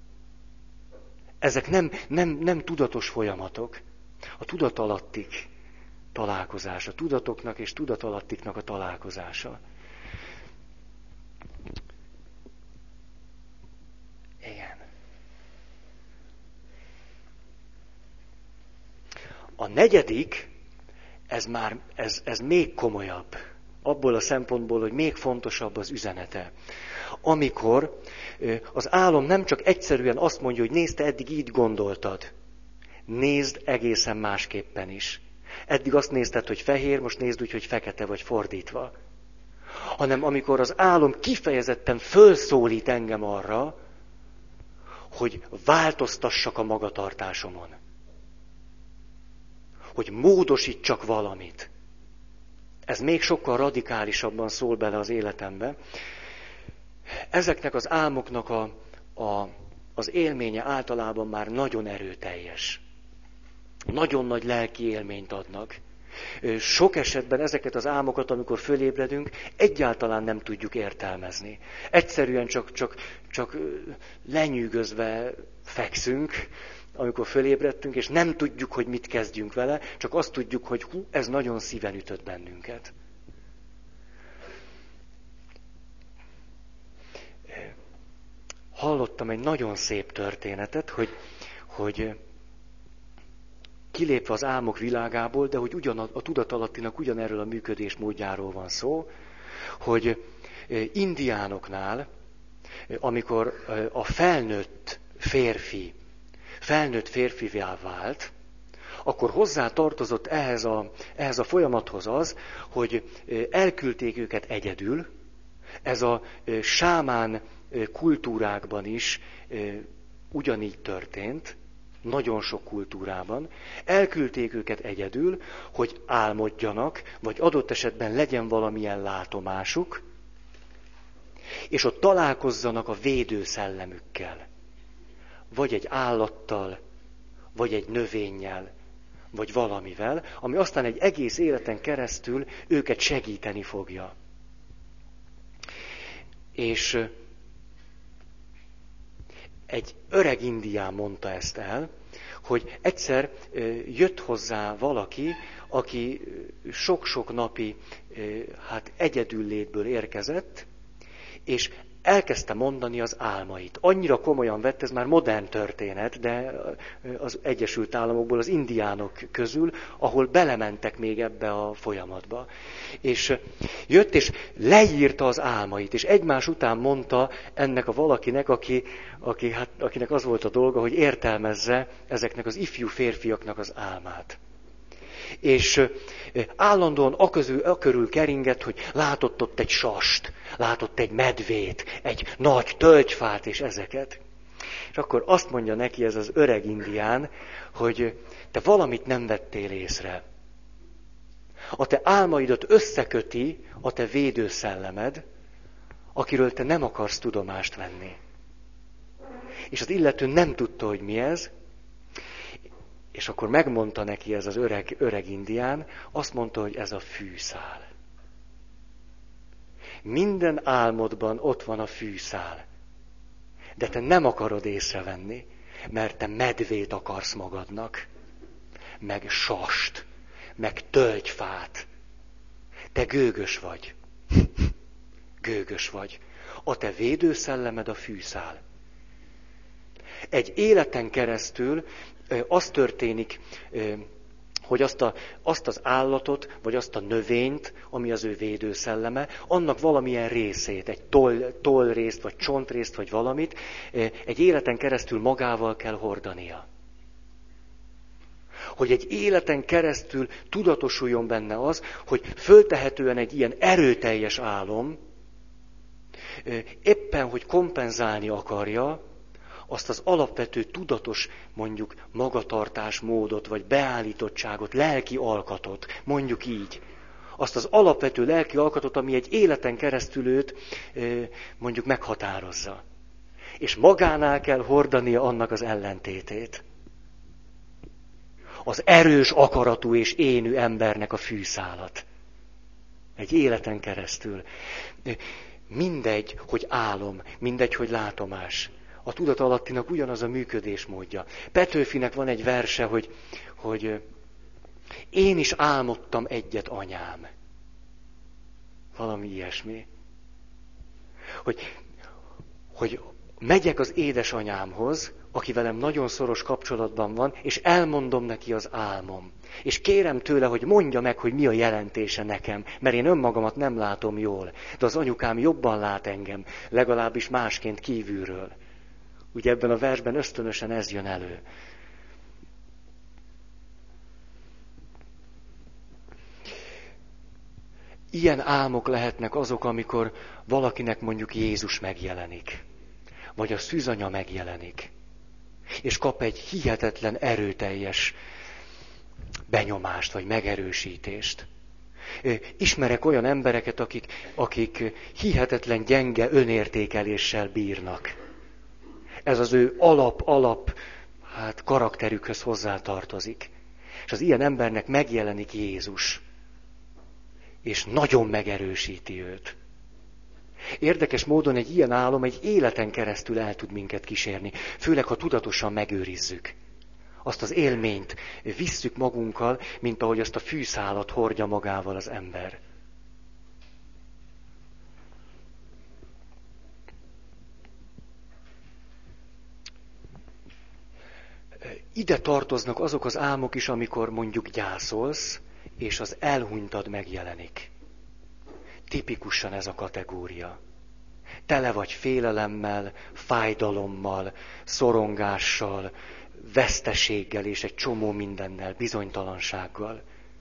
Ezek nem, nem, nem tudatos folyamatok. A tudatalattik találkozása, tudatoknak és tudatalattiknak a találkozása. Igen. A negyedik, ez már, ez, ez még komolyabb. Abból a szempontból, hogy még fontosabb az üzenete. Amikor az álom nem csak egyszerűen azt mondja, hogy nézd, te eddig így gondoltad. Nézd egészen másképpen is. Eddig azt nézted, hogy fehér, most nézd úgy, hogy fekete vagy fordítva. Hanem amikor az álom kifejezetten fölszólít engem arra, hogy változtassak a magatartásomon. Hogy módosítsak valamit. Ez még sokkal radikálisabban szól bele az életembe. Ezeknek az álmoknak a, a, az élménye általában már nagyon erőteljes. Nagyon nagy lelki élményt adnak. Sok esetben ezeket az álmokat, amikor fölébredünk, egyáltalán nem tudjuk értelmezni. Egyszerűen csak, csak, csak lenyűgözve fekszünk, amikor fölébredtünk, és nem tudjuk, hogy mit kezdjünk vele, csak azt tudjuk, hogy hú, ez nagyon szíven ütött bennünket. Hallottam egy nagyon szép történetet, hogy, hogy kilépve az álmok világából, de hogy ugyan a, a tudatalattinak ugyanerről a működésmódjáról van szó, hogy indiánoknál, amikor a felnőtt férfi, felnőtt férfivá vált, akkor hozzá tartozott ehhez a, ehhez a folyamathoz az, hogy elküldték őket egyedül. Ez a sámán kultúrákban is ugyanígy történt, nagyon sok kultúrában. Elküldték őket egyedül, hogy álmodjanak, vagy adott esetben legyen valamilyen látomásuk, és ott találkozzanak a védőszellemükkel. Vagy egy állattal, vagy egy növényel, vagy valamivel, ami aztán egy egész életen keresztül őket segíteni fogja. És egy öreg indián mondta ezt el, hogy egyszer jött hozzá valaki, aki sok-sok napi hát egyedüllétből érkezett, és elkezdte mondani az álmait. Annyira komolyan vett, ez már modern történet, de az Egyesült Államokból, az indiánok közül, ahol belementek még ebbe a folyamatba. És jött, és leírta az álmait, és egymás után mondta ennek a valakinek, aki, aki, hát, akinek az volt a dolga, hogy értelmezze ezeknek az ifjú férfiaknak az álmát. És állandóan aközül, akörül keringett, hogy látott ott egy sast, látott egy medvét, egy nagy tölgyfát és ezeket. És akkor azt mondja neki ez az öreg indián, hogy te valamit nem vettél észre. A te álmaidat összeköti a te védőszellemed, akiről te nem akarsz tudomást venni. És az illető nem tudta, hogy mi ez, és akkor megmondta neki ez az öreg, öreg indián, azt mondta, hogy ez a fűszál. Minden álmodban ott van a fűszál. De te nem akarod észrevenni. mert te medvét akarsz magadnak, meg sast, meg tölgyfát. Te gőgös vagy. Gőgös vagy. A te védőszellemed a fűszál. Egy életen keresztül az történik, hogy azt, a, azt az állatot, vagy azt a növényt, ami az ő védőszelleme, annak valamilyen részét, egy toll, tollrészt, vagy csontrészt, vagy valamit, egy életen keresztül magával kell hordania. Hogy egy életen keresztül tudatosuljon benne az, hogy föltehetően egy ilyen erőteljes álom, éppen, hogy kompenzálni akarja, azt az alapvető tudatos, mondjuk magatartásmódot, vagy beállítottságot, lelki alkatot, mondjuk így. Azt az alapvető lelki alkatot, ami egy életen keresztül őt mondjuk meghatározza. És magánál kell hordania annak az ellentétét. Az erős akaratú és énű embernek a fűszálat. Egy életen keresztül. Mindegy, hogy álom, mindegy, hogy látomás. A tudatalattinak ugyanaz a működésmódja. Petőfinek van egy verse, hogy, hogy én is álmodtam egyet, anyám. Valami ilyesmi. Hogy, hogy megyek az édesanyámhoz, aki velem nagyon szoros kapcsolatban van, és elmondom neki az álmom. És kérem tőle, hogy mondja meg, hogy mi a jelentése nekem, mert én önmagamat nem látom jól, de az anyukám jobban lát engem, legalábbis másként kívülről. Ugye ebben a versben ösztönösen ez jön elő. Ilyen álmok lehetnek azok, amikor valakinek mondjuk Jézus megjelenik, vagy a szűzanya megjelenik, és kap egy hihetetlen erőteljes benyomást, vagy megerősítést. Ismerek olyan embereket, akik, akik hihetetlen gyenge önértékeléssel bírnak. Ez az ő alap-alap hát, karakterükhöz hozzátartozik. És az ilyen embernek megjelenik Jézus, és nagyon megerősíti őt. Érdekes módon egy ilyen álom egy életen keresztül el tud minket kísérni, főleg ha tudatosan megőrizzük. Azt az élményt visszük magunkkal, mint ahogy azt a fűszálat hordja magával az ember. Ide tartoznak azok az álmok is, amikor mondjuk gyászolsz, és az elhunytad megjelenik. Tipikusan ez a kategória. Tele vagy félelemmel, fájdalommal, szorongással, veszteséggel és egy csomó mindennel, bizonytalansággal.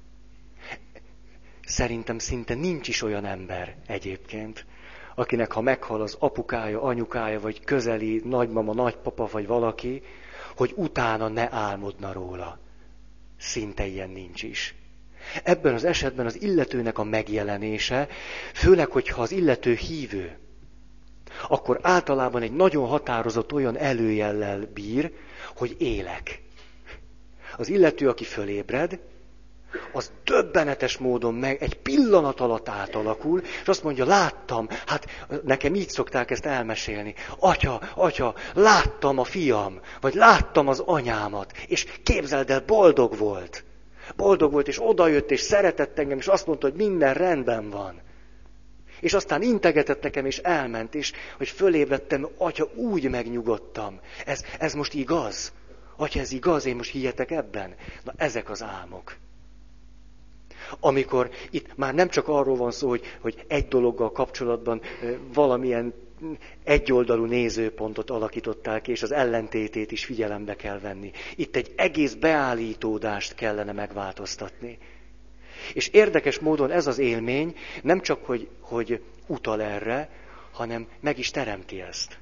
Szerintem szinte nincs is olyan ember egyébként, akinek ha meghal az apukája, anyukája, vagy közeli nagymama, nagypapa, vagy valaki, hogy utána ne álmodna róla. Szinte ilyen nincs is. Ebben az esetben az illetőnek a megjelenése, főleg, hogyha az illető hívő, akkor általában egy nagyon határozott olyan előjellel bír, hogy élek. Az illető, aki fölébred, az döbbenetes módon meg egy pillanat alatt átalakul, és azt mondja, láttam, hát nekem így szokták ezt elmesélni. Atya, atya, láttam a fiam, vagy láttam az anyámat, és képzeld el, boldog volt. Boldog volt, és odajött, és szeretett engem, és azt mondta, hogy minden rendben van. És aztán integetett nekem, és elment, és hogy fölébredtem, atya, úgy megnyugodtam. Ez, ez most igaz? Atya, ez igaz? Én most hihetek ebben? Na, ezek az álmok. Amikor itt már nem csak arról van szó, hogy, hogy egy dologgal kapcsolatban valamilyen egyoldalú nézőpontot alakítottál ki, és az ellentétét is figyelembe kell venni. Itt egy egész beállítódást kellene megváltoztatni. És érdekes módon ez az élmény nem csak, hogy, hogy utal erre, hanem meg is teremti ezt.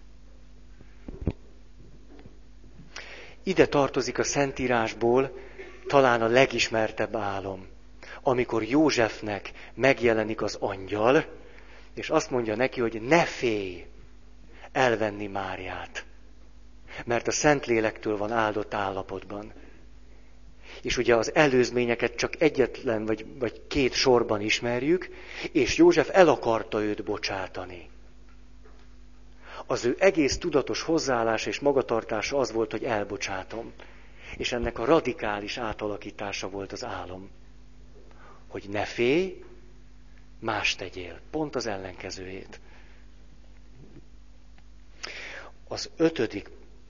Ide tartozik a Szentírásból talán a legismertebb álom, amikor Józsefnek megjelenik az angyal, és azt mondja neki, hogy ne félj elvenni Máriát, mert a Szentlélektől van áldott állapotban. És ugye az előzményeket csak egyetlen vagy, vagy két sorban ismerjük, és József el akarta őt bocsátani. Az ő egész tudatos hozzáállása és magatartása az volt, hogy elbocsátom. És ennek a radikális átalakítása volt az álom. Hogy ne félj, más tegyél. Pont az ellenkezőjét. Az ötödik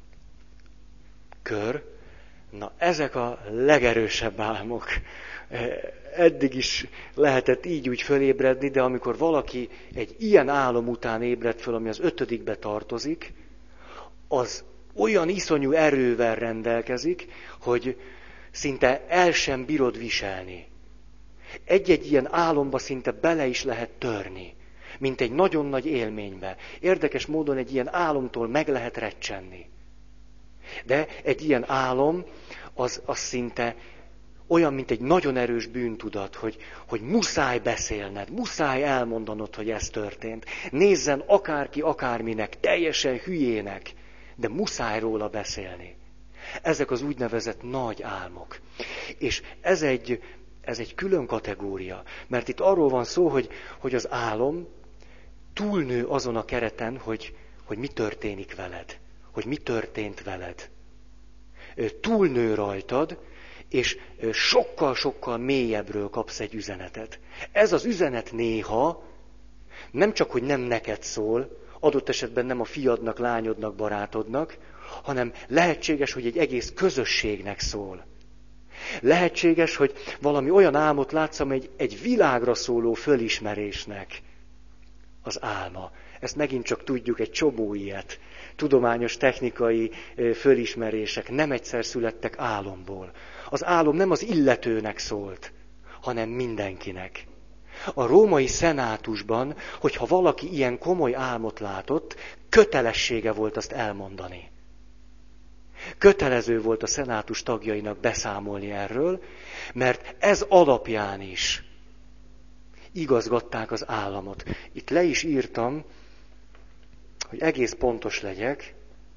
kör, na ezek a legerősebb álmok. Eddig is lehetett így úgy fölébredni, de amikor valaki egy ilyen álom után ébred föl, ami az ötödikbe tartozik, az olyan iszonyú erővel rendelkezik, hogy szinte el sem bírod viselni. Egy-egy ilyen álomba szinte bele is lehet törni, mint egy nagyon nagy élménybe. Érdekes módon egy ilyen álomtól meg lehet recsenni. De egy ilyen álom, az, az szinte olyan, mint egy nagyon erős bűntudat, hogy, hogy muszáj beszélned, muszáj elmondanod, hogy ez történt. Nézzen akárki akárminek, teljesen hülyének, de muszáj róla beszélni. Ezek az úgynevezett nagy álmok. És ez egy, ez egy külön kategória, mert itt arról van szó, hogy, hogy az álom túlnő azon a kereten, hogy, hogy mi történik veled, hogy mi történt veled. Túlnő rajtad, és sokkal-sokkal mélyebbről kapsz egy üzenetet. Ez az üzenet néha nem csak, hogy nem neked szól, adott esetben nem a fiadnak, lányodnak, barátodnak, hanem lehetséges, hogy egy egész közösségnek szól. Lehetséges, hogy valami olyan álmot látsz, amely egy, egy világra szóló fölismerésnek az álma. Ezt megint csak tudjuk, egy csomó ilyet. Tudományos, technikai fölismerések nem egyszer születtek álomból. Az álom nem az illetőnek szólt, hanem mindenkinek. A római szenátusban, hogyha valaki ilyen komoly álmot látott, kötelessége volt azt elmondani. Kötelező volt a szenátus tagjainak beszámolni erről, mert ez alapján is igazgatták az államot. Itt le is írtam, hogy egész pontos legyek.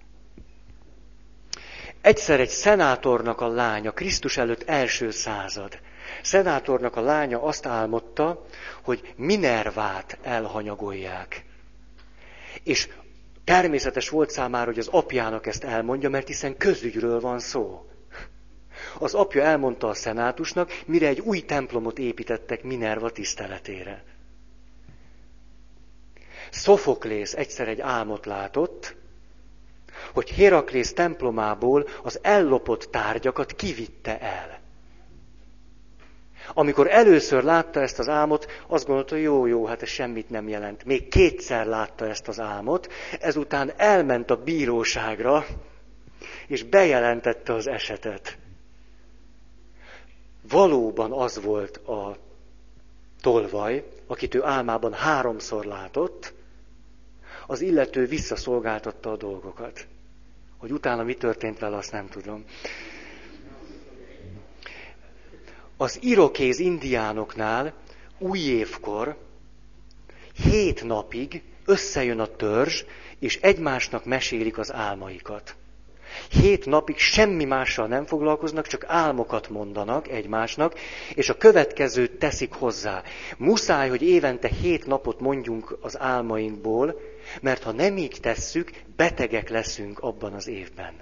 Egyszer egy szenátornak a lánya, Krisztus előtt első század, szenátornak a lánya azt álmodta, hogy Minervát elhanyagolják. És természetes volt számára, hogy az apjának ezt elmondja, mert hiszen közügyről van szó. Az apja elmondta a szenátusnak, mire egy új templomot építettek Minerva tiszteletére. Szofoklész egyszer egy álmot látott, hogy Héraklész templomából az ellopott tárgyakat kivitte el. Amikor először látta ezt az álmot, azt gondolta, hogy jó, jó, hát ez semmit nem jelent. Még kétszer látta ezt az álmot, ezután elment a bíróságra, és bejelentette az esetet. Valóban az volt a tolvaj, akit ő álmában háromszor látott, az illető visszaszolgáltatta a dolgokat. Hogy utána mi történt vele, azt nem tudom. Az irokéz indiánoknál új évkor hét napig összejön a törzs, és egymásnak mesélik az álmaikat. Hét napig semmi mással nem foglalkoznak, csak álmokat mondanak egymásnak, és a következőt teszik hozzá. Muszáj, hogy évente hét napot mondjunk az álmainkból, mert ha nem így tesszük, betegek leszünk abban az évben.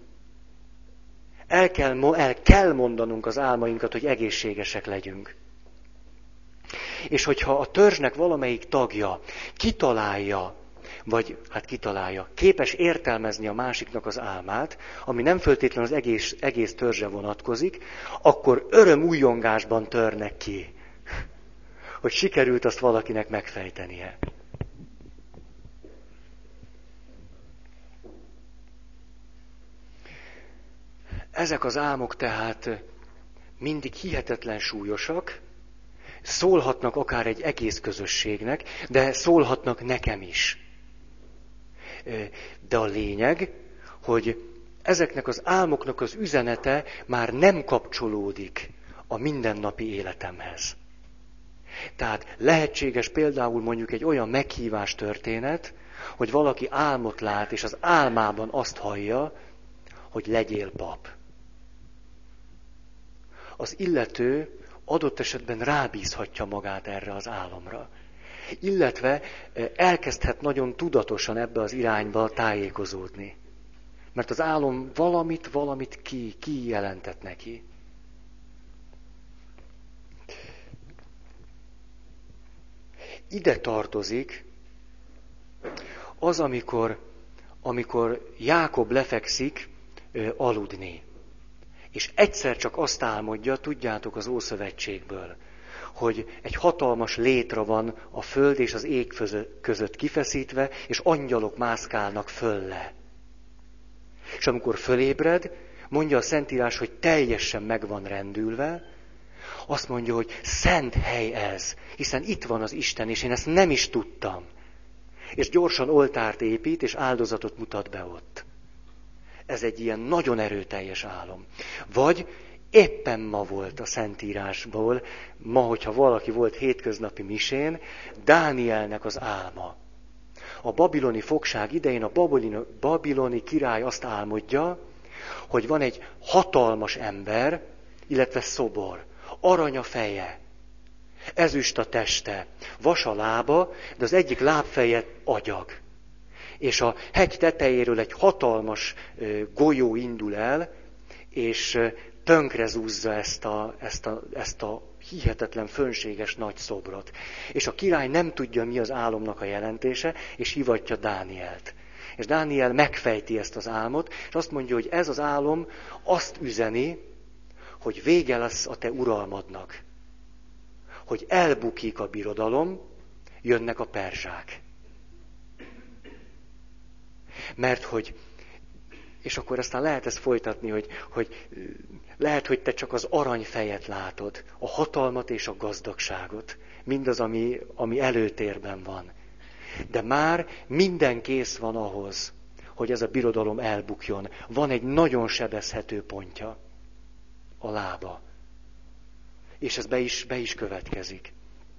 El kell, el kell mondanunk az álmainkat, hogy egészségesek legyünk. És hogyha a törzsnek valamelyik tagja kitalálja, vagy hát kitalálja, képes értelmezni a másiknak az álmát, ami nem feltétlenül az egész, egész törzsre vonatkozik, akkor örömújongásban törnek ki, hogy sikerült azt valakinek megfejtenie. Ezek az álmok tehát mindig hihetetlen súlyosak, szólhatnak akár egy egész közösségnek, de szólhatnak nekem is. De a lényeg, hogy ezeknek az álmoknak az üzenete már nem kapcsolódik a mindennapi életemhez. Tehát lehetséges például mondjuk egy olyan meghívás történet, hogy valaki álmot lát, és az álmában azt hallja, hogy legyél pap. Az illető adott esetben rábízhatja magát erre az álomra. Illetve elkezdhet nagyon tudatosan ebbe az irányba tájékozódni. Mert az álom valamit, valamit ki, ki jelentett neki. Ide tartozik az, amikor, amikor Jákob lefekszik ö, aludni. És egyszer csak azt álmodja, tudjátok az Ószövetségből, hogy egy hatalmas létra van a föld és az ég között kifeszítve, és angyalok mászkálnak fölle. És amikor fölébred, mondja a Szentírás, hogy teljesen meg van rendülve, azt mondja, hogy szent hely ez, hiszen itt van az Isten, és én ezt nem is tudtam. És gyorsan oltárt épít, és áldozatot mutat be ott. Ez egy ilyen nagyon erőteljes álom. Vagy éppen ma volt a Szentírásból, ma, hogyha valaki volt hétköznapi misén, Dánielnek az álma. A babiloni fogság idején a babiloni, babiloni király azt álmodja, hogy van egy hatalmas ember, illetve szobor, arany a feje, ezüst a teste, vas a lába, de az egyik lábfeje agyag. És a hegy tetejéről egy hatalmas golyó indul el, és tönkrezúzza ezt a, ezt, a, ezt a hihetetlen fönséges nagy szobrot. És a király nem tudja, mi az álomnak a jelentése, és hivatja Dánielt. És Dániel megfejti ezt az álmot, és azt mondja, hogy ez az álom azt üzeni, hogy vége lesz a te uralmadnak. Hogy elbukik a birodalom, jönnek a perzsák. Mert hogy, és akkor aztán lehet ezt folytatni, hogy, hogy lehet, hogy te csak az aranyfejet látod, a hatalmat és a gazdagságot, mindaz, ami, ami előtérben van. De már minden kész van ahhoz, hogy ez a birodalom elbukjon. Van egy nagyon sebezhető pontja, a lába. És ez be is, be is következik.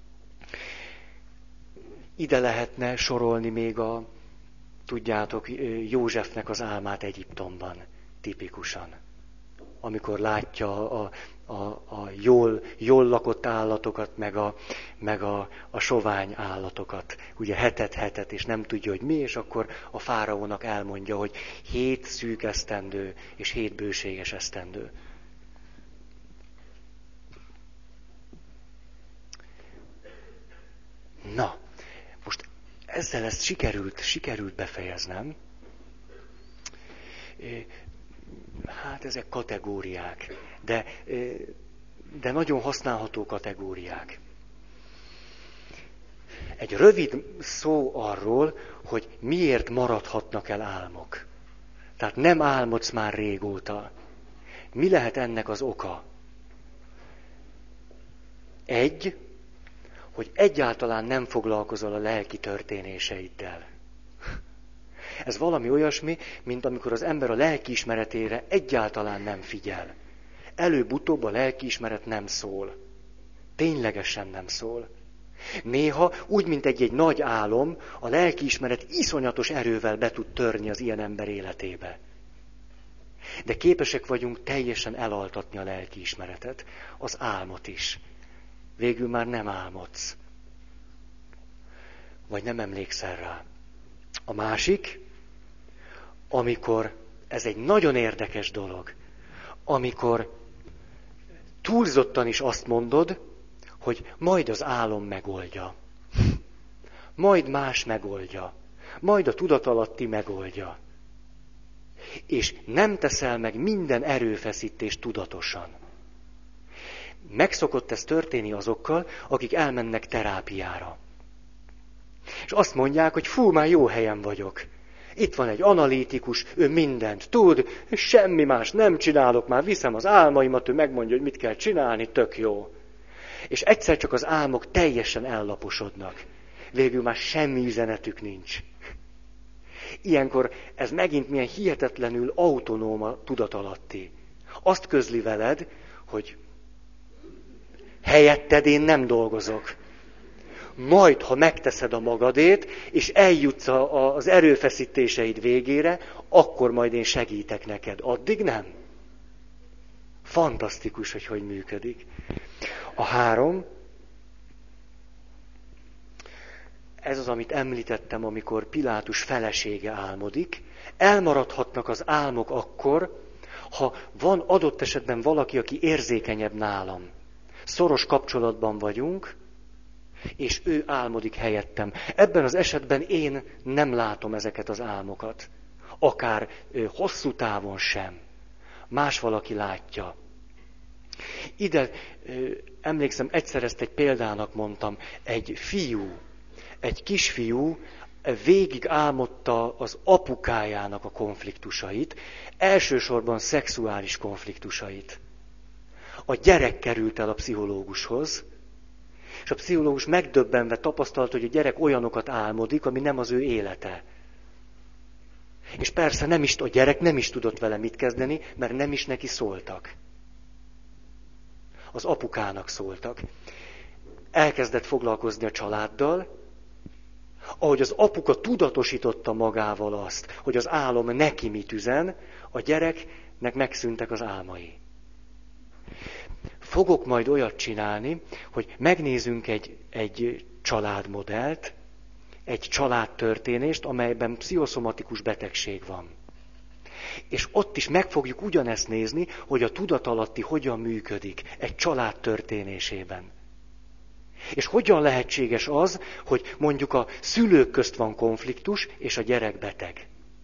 Ide lehetne sorolni még a, tudjátok, Józsefnek az álmát Egyiptomban, tipikusan. Amikor látja a, a, a jól, jól lakott állatokat, meg, a, meg a, a sovány állatokat. Ugye hetet-hetet, és nem tudja, hogy mi, és akkor a fáraónak elmondja, hogy hét szűk esztendő, és hét bőséges esztendő. Na, most ezzel ezt sikerült, sikerült befejeznem. Hát ezek kategóriák, de, de nagyon használható kategóriák. Egy rövid szó arról, hogy miért maradhatnak el álmok. Tehát nem álmodsz már régóta. Mi lehet ennek az oka? Egy, hogy egyáltalán nem foglalkozol a lelki történéseiddel. Ez valami olyasmi, mint amikor az ember a lelkiismeretére egyáltalán nem figyel. Előbb-utóbb a lelkiismeret nem szól. Ténylegesen nem szól. Néha, úgy, mint egy-egy nagy álom, a lelkiismeret iszonyatos erővel be tud törni az ilyen ember életébe. De képesek vagyunk teljesen elaltatni a lelkiismeretet, az álmot is. Végül már nem álmodsz. Vagy nem emlékszel rá. A másik, amikor, ez egy nagyon érdekes dolog, amikor túlzottan is azt mondod, hogy majd az álom megoldja. Majd más megoldja. Majd a tudatalatti megoldja. És nem teszel meg minden erőfeszítést tudatosan. Meg szokott ez történni azokkal, akik elmennek terápiára. És azt mondják, hogy fú, már jó helyen vagyok. Itt van egy analitikus, ő mindent tud, semmi más nem csinálok, már viszem az álmaimat, ő megmondja, hogy mit kell csinálni, tök jó. És egyszer csak az álmok teljesen ellaposodnak. Végül már semmi üzenetük nincs. Ilyenkor ez megint milyen hihetetlenül autonóm a tudatalatti. Azt közli veled, hogy helyetted én nem dolgozok. Majd, ha megteszed a magadét, és eljutsz a, az erőfeszítéseid végére, akkor majd én segítek neked. Addig nem. Fantasztikus, hogy hogy működik. A három, ez az, amit említettem, amikor Pilátus felesége álmodik, elmaradhatnak az álmok akkor, ha van adott esetben valaki, aki érzékenyebb nálam. Szoros kapcsolatban vagyunk, és ő álmodik helyettem. Ebben az esetben én nem látom ezeket az álmokat. Akár hosszú távon sem. Más valaki látja. Ide emlékszem, egyszer ezt egy példának mondtam, egy fiú, egy kisfiú végig álmodta az apukájának a konfliktusait, elsősorban szexuális konfliktusait. A gyerek került el a pszichológushoz, és a pszichológus megdöbbenve tapasztalta, hogy a gyerek olyanokat álmodik, ami nem az ő élete. És persze nem is, a gyerek nem is tudott vele mit kezdeni, mert nem is neki szóltak. Az apukának szóltak. Elkezdett foglalkozni a családdal, ahogy az apuka tudatosította magával azt, hogy az álom neki mit üzen, a gyereknek megszűntek az álmai. Fogok majd olyat csinálni, hogy megnézünk egy, egy családmodellt, egy családtörténést, amelyben pszichoszomatikus betegség van. És ott is meg fogjuk ugyanezt nézni, hogy a tudatalatti hogyan működik egy család történésében. És hogyan lehetséges az, hogy mondjuk a szülők közt van konfliktus, és a gyerek beteg.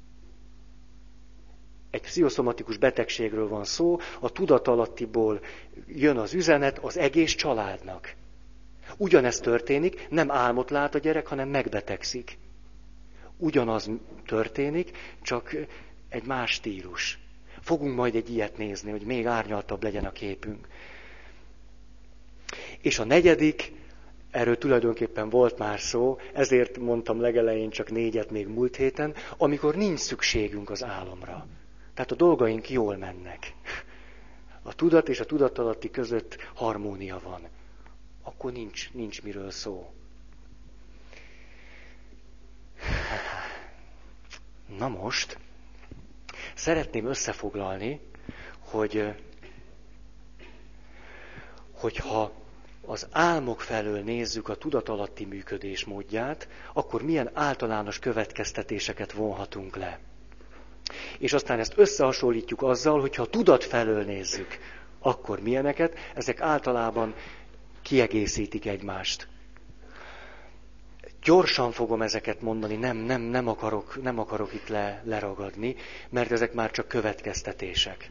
Egy pszichoszomatikus betegségről van szó, a tudatalattiból jön az üzenet az egész családnak. Ugyanezt történik, nem álmot lát a gyerek, hanem megbetegszik. Ugyanaz történik, csak egy más stílus. Fogunk majd egy ilyet nézni, hogy még árnyaltabb legyen a képünk. És a negyedik, erről tulajdonképpen volt már szó, ezért mondtam legelején csak négyet még múlt héten, amikor nincs szükségünk az álomra. Tehát a dolgaink jól mennek. A tudat és a tudatalatti között harmónia van. Akkor nincs, nincs miről szó. Na most, szeretném összefoglalni, hogy hogyha az álmok felől nézzük a tudatalatti működés módját, akkor milyen általános következtetéseket vonhatunk le. És aztán ezt összehasonlítjuk azzal, hogyha a tudat felől nézzük, akkor milyeneket, ezek általában kiegészítik egymást. Gyorsan fogom ezeket mondani, nem, nem, nem, akarok, nem akarok itt le, leragadni, mert ezek már csak következtetések.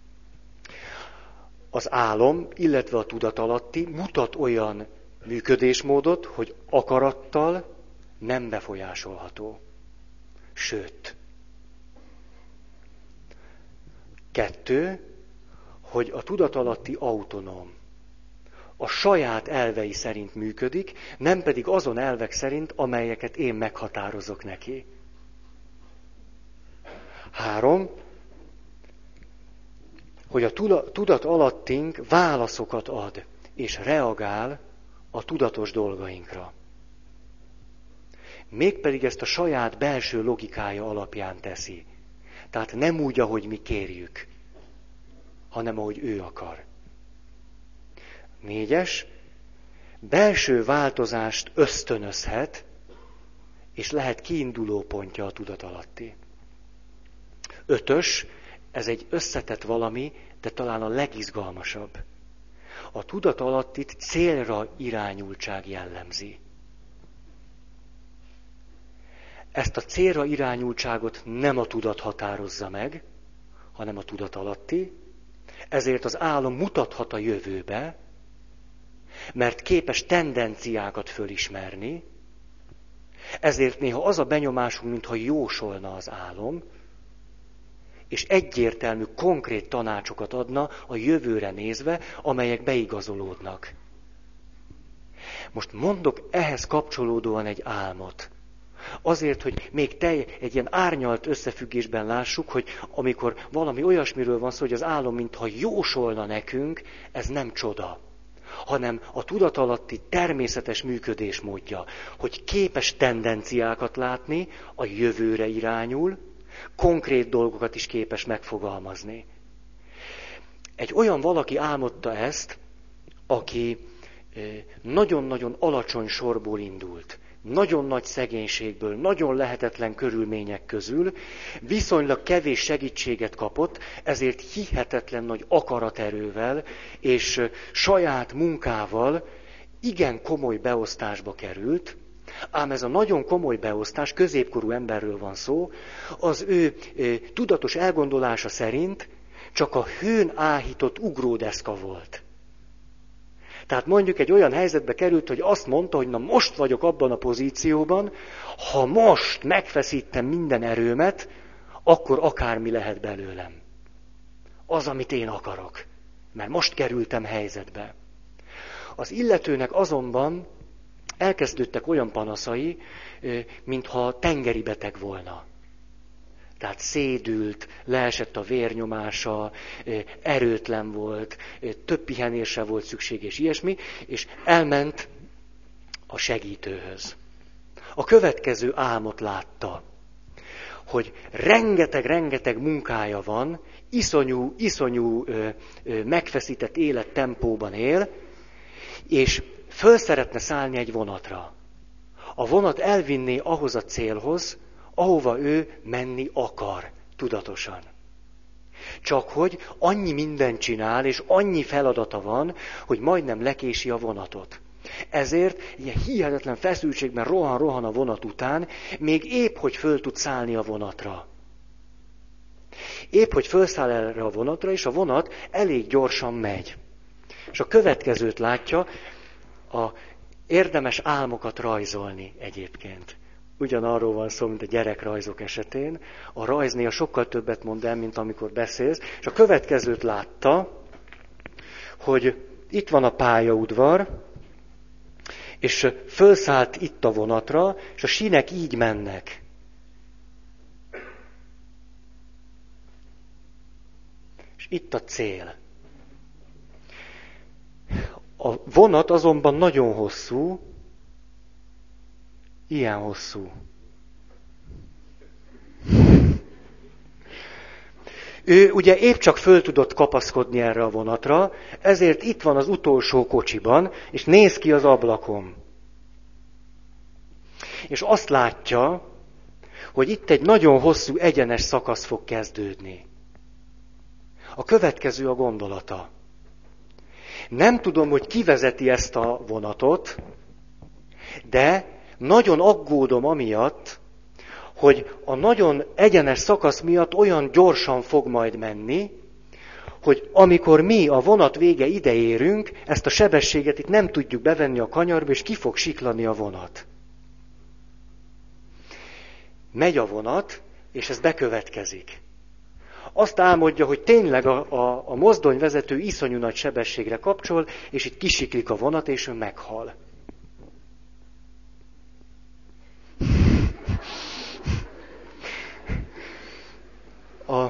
Az álom, illetve a tudatalatti mutat olyan működésmódot, hogy akarattal nem befolyásolható. Sőt. Kettő, hogy a tudatalatti autonóm. A saját elvei szerint működik, nem pedig azon elvek szerint, amelyeket én meghatározok neki. Három, hogy a tudat alattink válaszokat ad, és reagál a tudatos dolgainkra. Mégpedig ezt a saját belső logikája alapján teszi. Tehát nem úgy, ahogy mi kérjük, hanem ahogy ő akar. Négyes, belső változást ösztönözhet, és lehet kiinduló pontja a tudatalatti. Ötös, ez egy összetett valami, de talán a legizgalmasabb. A tudatalattit célra irányultság jellemzi. Ezt a célra irányultságot nem a tudat határozza meg, hanem a tudatalatti, ezért az álom mutathat a jövőbe, mert képes tendenciákat fölismerni, ezért néha az a benyomásunk, mintha jósolna az álom, és egyértelmű, konkrét tanácsokat adna a jövőre nézve, amelyek beigazolódnak. Most mondok ehhez kapcsolódóan egy álmot. Azért, hogy még te egy ilyen árnyalt összefüggésben lássuk, hogy amikor valami olyasmiről van szó, hogy az álom mintha jósolna nekünk, ez nem csoda, hanem a tudatalatti természetes működésmódja, hogy képes tendenciákat látni, a jövőre irányul, konkrét dolgokat is képes megfogalmazni. Egy olyan valaki álmodta ezt, aki nagyon-nagyon alacsony sorból indult. nagyon nagy szegénységből, nagyon lehetetlen körülmények közül viszonylag kevés segítséget kapott, ezért hihetetlen nagy akaraterővel és saját munkával igen komoly beosztásba került, ám ez a nagyon komoly beosztás, középkorú emberről van szó, az ő e, tudatos elgondolása szerint csak a hőn áhított ugródeszka volt. Tehát mondjuk egy olyan helyzetbe került, hogy azt mondta, hogy na most vagyok abban a pozícióban, ha most megfeszítem minden erőmet, akkor akármi lehet belőlem. Az, amit én akarok. Mert most kerültem helyzetbe. Az illetőnek azonban elkezdődtek olyan panaszai, mintha tengeri beteg volna. Tehát szédült, leesett a vérnyomása, erőtlen volt, több pihenésre volt szükség, és ilyesmi, és elment a segítőhöz. A következő álmot látta, hogy rengeteg-rengeteg munkája van, iszonyú, iszonyú megfeszített élettempóban él, és föl szeretne szállni egy vonatra. A vonat elvinné ahhoz a célhoz, ahova ő menni akar, tudatosan. Csak hogy annyi mindent csinál, és annyi feladata van, hogy majdnem lekési a vonatot. Ezért ilyen hihetetlen feszültségben rohan-rohan a vonat után, még épp, hogy föl tud szállni a vonatra. Épp, hogy fölszáll erre a vonatra, és a vonat elég gyorsan megy. És a következőt látja, a érdemes álmokat rajzolni egyébként. Ugyanarról van szó, mint a gyerekrajzok esetén. A rajznél sokkal többet mond el, mint amikor beszélsz. És a következőt látta, hogy itt van a pályaudvar, és fölszállt itt a vonatra, és a sínek így mennek. És itt a cél. A vonat azonban nagyon hosszú, ilyen hosszú. Ő ugye épp csak föl tudott kapaszkodni erre a vonatra, ezért itt van az utolsó kocsiban, és néz ki az ablakon. És azt látja, hogy itt egy nagyon hosszú, egyenes szakasz fog kezdődni. A következő a gondolata. Nem tudom, hogy ki vezeti ezt a vonatot, de nagyon aggódom amiatt, hogy a nagyon egyenes szakasz miatt olyan gyorsan fog majd menni, hogy amikor mi a vonat vége ide érünk, ezt a sebességet itt nem tudjuk bevenni a kanyarba, és ki fog siklani a vonat. Megy a vonat, és ez bekövetkezik. Azt álmodja, hogy tényleg a, a, a mozdonyvezető iszonyú nagy sebességre kapcsol, és itt kisiklik a vonat, és ő meghal. A,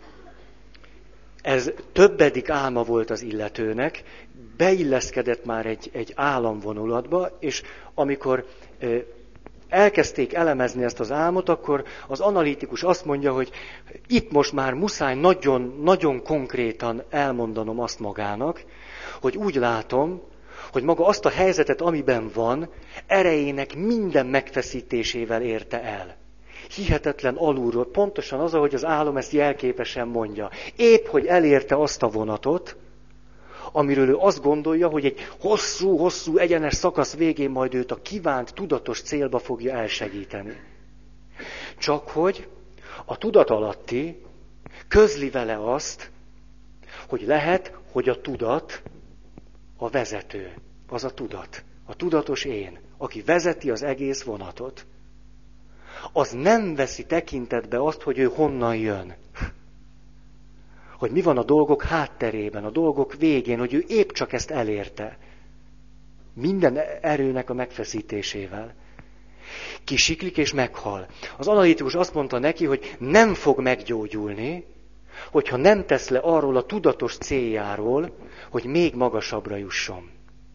ez többedik álma volt az illetőnek, beilleszkedett már egy, egy álomvonulatba, és amikor ö, elkezdték elemezni ezt az álmot, akkor az analitikus azt mondja, hogy itt most már muszáj nagyon, nagyon konkrétan elmondanom azt magának, hogy úgy látom, hogy maga azt a helyzetet, amiben van, erejének minden megfeszítésével érte el. Hihetetlen alulról, pontosan az, ahogy az álom ezt jelképesen mondja. Épp, hogy elérte azt a vonatot, amiről ő azt gondolja, hogy egy hosszú-hosszú egyenes szakasz végén majd őt a kívánt, tudatos célba fogja elsegíteni. Csak hogy a tudatalatti közli vele azt, hogy lehet, hogy a tudat a vezető, az a tudat, a tudatos én, aki vezeti az egész vonatot. Az nem veszi tekintetbe azt, hogy ő honnan jön. Hogy mi van a dolgok hátterében, a dolgok végén, hogy ő épp csak ezt elérte. Minden erőnek a megfeszítésével. Kisiklik és meghal. Az analitikus azt mondta neki, hogy nem fog meggyógyulni, hogyha nem tesz le arról a tudatos céljáról, hogy még magasabbra jusson.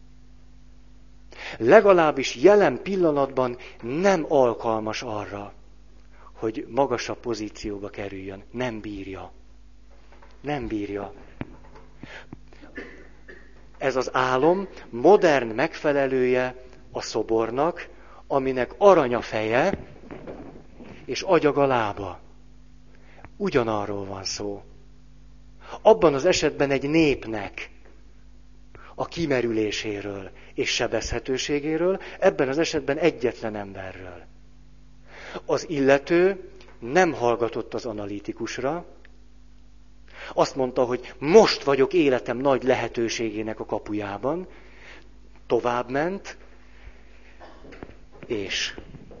Legalábbis jelen pillanatban nem alkalmas arra, hogy magasabb pozícióba kerüljön. Nem bírja. Nem bírja. Ez az álom modern megfelelője a szobornak, aminek arany a feje, és agyag a lába. Ugyanarról van szó. Abban az esetben egy népnek a kimerüléséről és sebezhetőségéről, ebben az esetben egyetlen emberről. Az illető nem hallgatott az analitikusra, azt mondta, hogy most vagyok életem nagy lehetőségének a kapujában, továbbment, és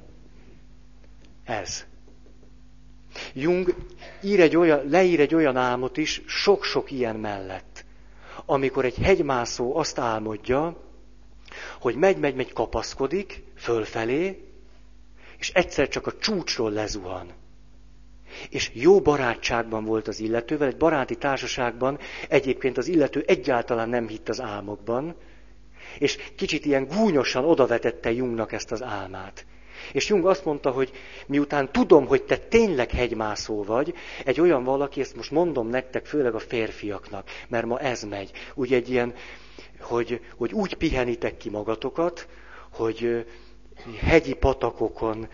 ez. Jung ír egy olyan, leír egy olyan álmot is, sok-sok ilyen mellett, amikor egy hegymászó azt álmodja, hogy megy-megy-megy kapaszkodik fölfelé, és egyszer csak a csúcsról lezuhan. És jó barátságban volt az illetővel, egy baráti társaságban egyébként az illető egyáltalán nem hitt az álmokban, és kicsit ilyen gúnyosan odavetette Jungnak ezt az álmát. És Jung azt mondta, hogy miután tudom, hogy te tényleg hegymászó vagy, egy olyan valaki, ezt most mondom nektek, főleg a férfiaknak, mert ma ez megy, úgy egy ilyen, hogy, hogy úgy pihenitek ki magatokat, hogy hegyi patakokon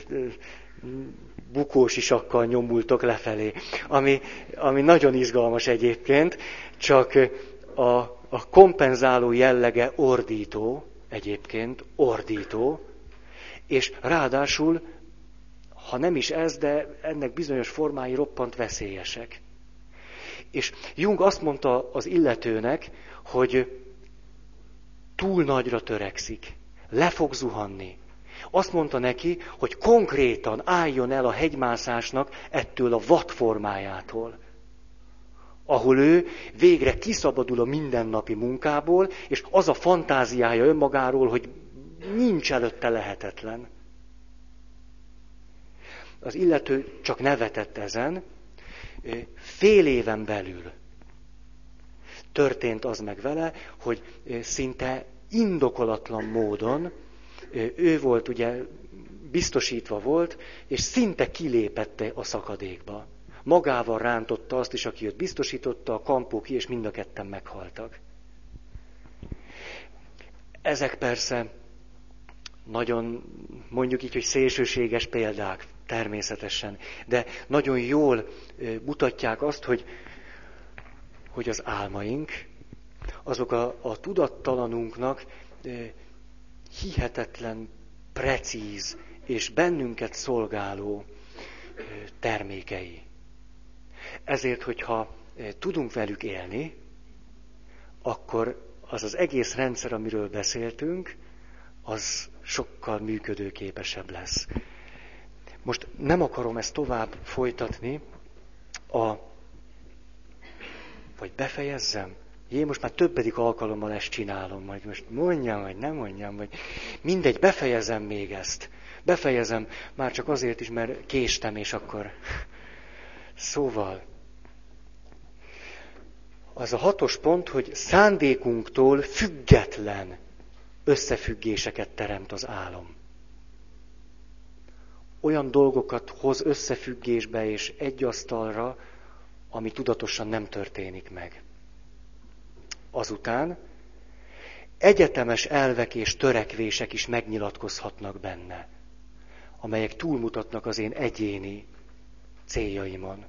bukós isakkal nyomultok lefelé, ami, ami nagyon izgalmas egyébként, csak a, a kompenzáló jellege ordító, egyébként ordító, és ráadásul, ha nem is ez, de ennek bizonyos formái roppant veszélyesek. És Jung azt mondta az illetőnek, hogy túl nagyra törekszik, le fog zuhanni. Azt mondta neki, hogy konkrétan álljon el a hegymászásnak ettől a vad formájától, ahol ő végre kiszabadul a mindennapi munkából, és az a fantáziája önmagáról, hogy nincs előtte lehetetlen. Az illető csak nevetett ezen, fél éven belül történt az meg vele, hogy szinte indokolatlan módon ő volt, ugye biztosítva volt, és szinte kilépette a szakadékba. Magával rántotta azt is, aki őt biztosította, a kampó ki, és mind a ketten meghaltak. Ezek persze nagyon, mondjuk így, hogy szélsőséges példák, természetesen, de nagyon jól mutatják azt, hogy, hogy az álmaink, azok a, a tudattalanunknak hihetetlen, precíz és bennünket szolgáló termékei. Ezért, hogyha tudunk velük élni, akkor az az egész rendszer, amiről beszéltünk, az sokkal működőképesebb lesz. Most nem akarom ezt tovább folytatni, a... vagy befejezzem? Jé, most már többedik alkalommal ezt csinálom, majd most mondjam, vagy nem mondjam, vagy mindegy, befejezem még ezt. Befejezem, már csak azért is, mert késtem, és akkor... Szóval, az a hatos pont, hogy szándékunktól független összefüggéseket teremt az álom. Olyan dolgokat hoz összefüggésbe és egy asztalra, ami tudatosan nem történik meg. Azután egyetemes elvek és törekvések is megnyilatkozhatnak benne, amelyek túlmutatnak az én egyéni céljaimon.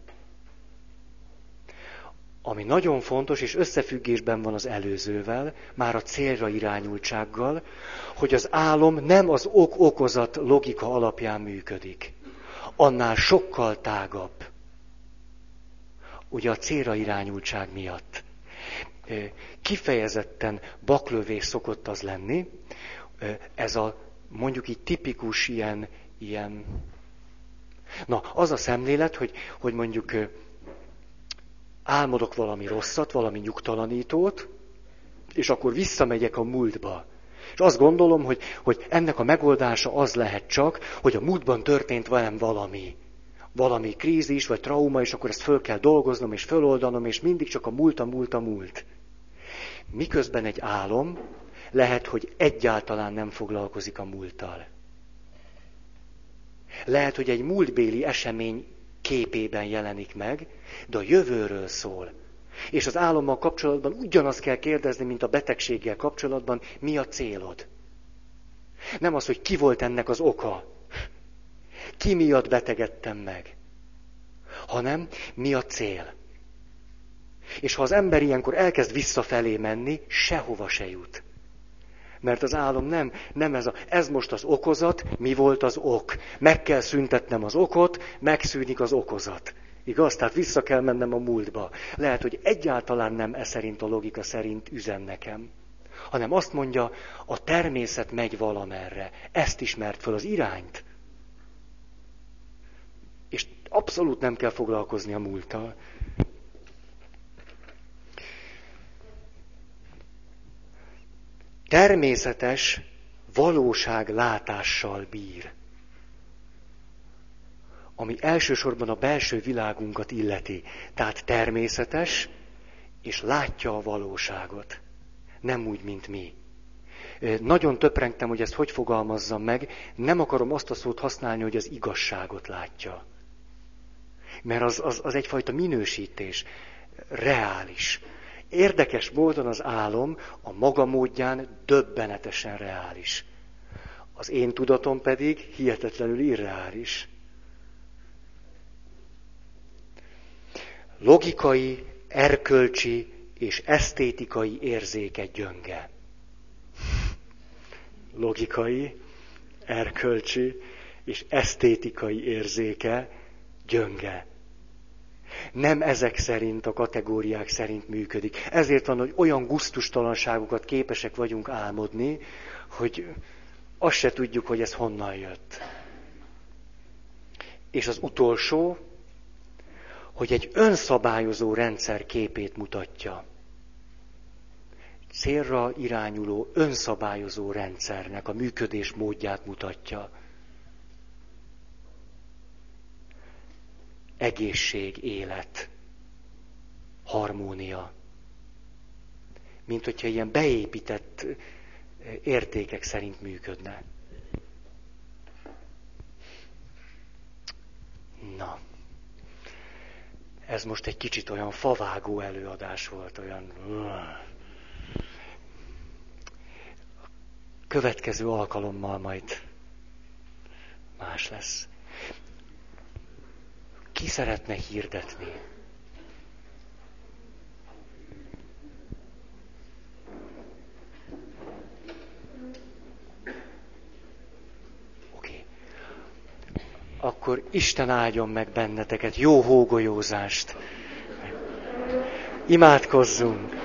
Ami nagyon fontos, és összefüggésben van az előzővel, már a célra irányultsággal, hogy az álom nem az ok-okozat logika alapján működik. Annál sokkal tágabb. Ugye a célra irányultság miatt. Kifejezetten baklövés szokott az lenni. Ez a mondjuk így tipikus ilyen, ilyen... Na, az a szemlélet, hogy, hogy mondjuk álmodok valami rosszat, valami nyugtalanítót, és akkor visszamegyek a múltba. És azt gondolom, hogy, hogy ennek a megoldása az lehet csak, hogy a múltban történt velem valami. Valami krízis, vagy trauma, és akkor ezt föl kell dolgoznom, és föloldanom, és mindig csak a múlt, a múlt, a múlt. Miközben egy álom lehet, hogy egyáltalán nem foglalkozik a múlttal. Lehet, hogy egy múltbéli esemény képében jelenik meg, de a jövőről szól. És az álommal kapcsolatban ugyanazt kell kérdezni, mint a betegséggel kapcsolatban, mi a célod? Nem az, hogy ki volt ennek az oka. Ki miatt betegedtem meg. Hanem mi a cél. És ha az ember ilyenkor elkezd visszafelé menni, sehova se jut. Mert az álom nem, nem ez a, ez most az okozat, mi volt az ok. Meg kell szüntetnem az okot, megszűnik az okozat. Igaz? Tehát vissza kell mennem a múltba. Lehet, hogy egyáltalán nem e szerint a logika szerint üzen nekem. Hanem azt mondja, a természet megy valamerre. Ezt ismert föl, az irányt. És abszolút nem kell foglalkozni a múlttal. Természetes valóságlátással bír, ami elsősorban a belső világunkat illeti. Tehát természetes, és látja a valóságot. Nem úgy, mint mi. Nagyon töprengtem, hogy ezt hogy fogalmazzam meg, nem akarom azt a szót használni, hogy az igazságot látja. Mert az, az, az egyfajta minősítés, reális. Érdekes módon az álom a maga módján döbbenetesen reális. Az én tudatom pedig hihetetlenül irreális. Logikai, erkölcsi és esztétikai érzéke gyönge. Logikai, erkölcsi és esztétikai érzéke gyönge. Nem ezek szerint, a kategóriák szerint működik. Ezért van, hogy olyan gusztustalanságokat képesek vagyunk álmodni, hogy azt se tudjuk, hogy ez honnan jött. És az utolsó, hogy egy önszabályozó rendszer képét mutatja. Célra irányuló önszabályozó rendszernek a működés módját mutatja. Egészség, élet, harmónia. Mint hogyha ilyen beépített értékek szerint működne. Na, ez most egy kicsit olyan favágó előadás volt, olyan... Következő alkalommal majd más lesz. Ki szeretne hirdetni? Oké. Akkor Isten áldjon meg benneteket, jó hógolyózást. Imádkozzunk!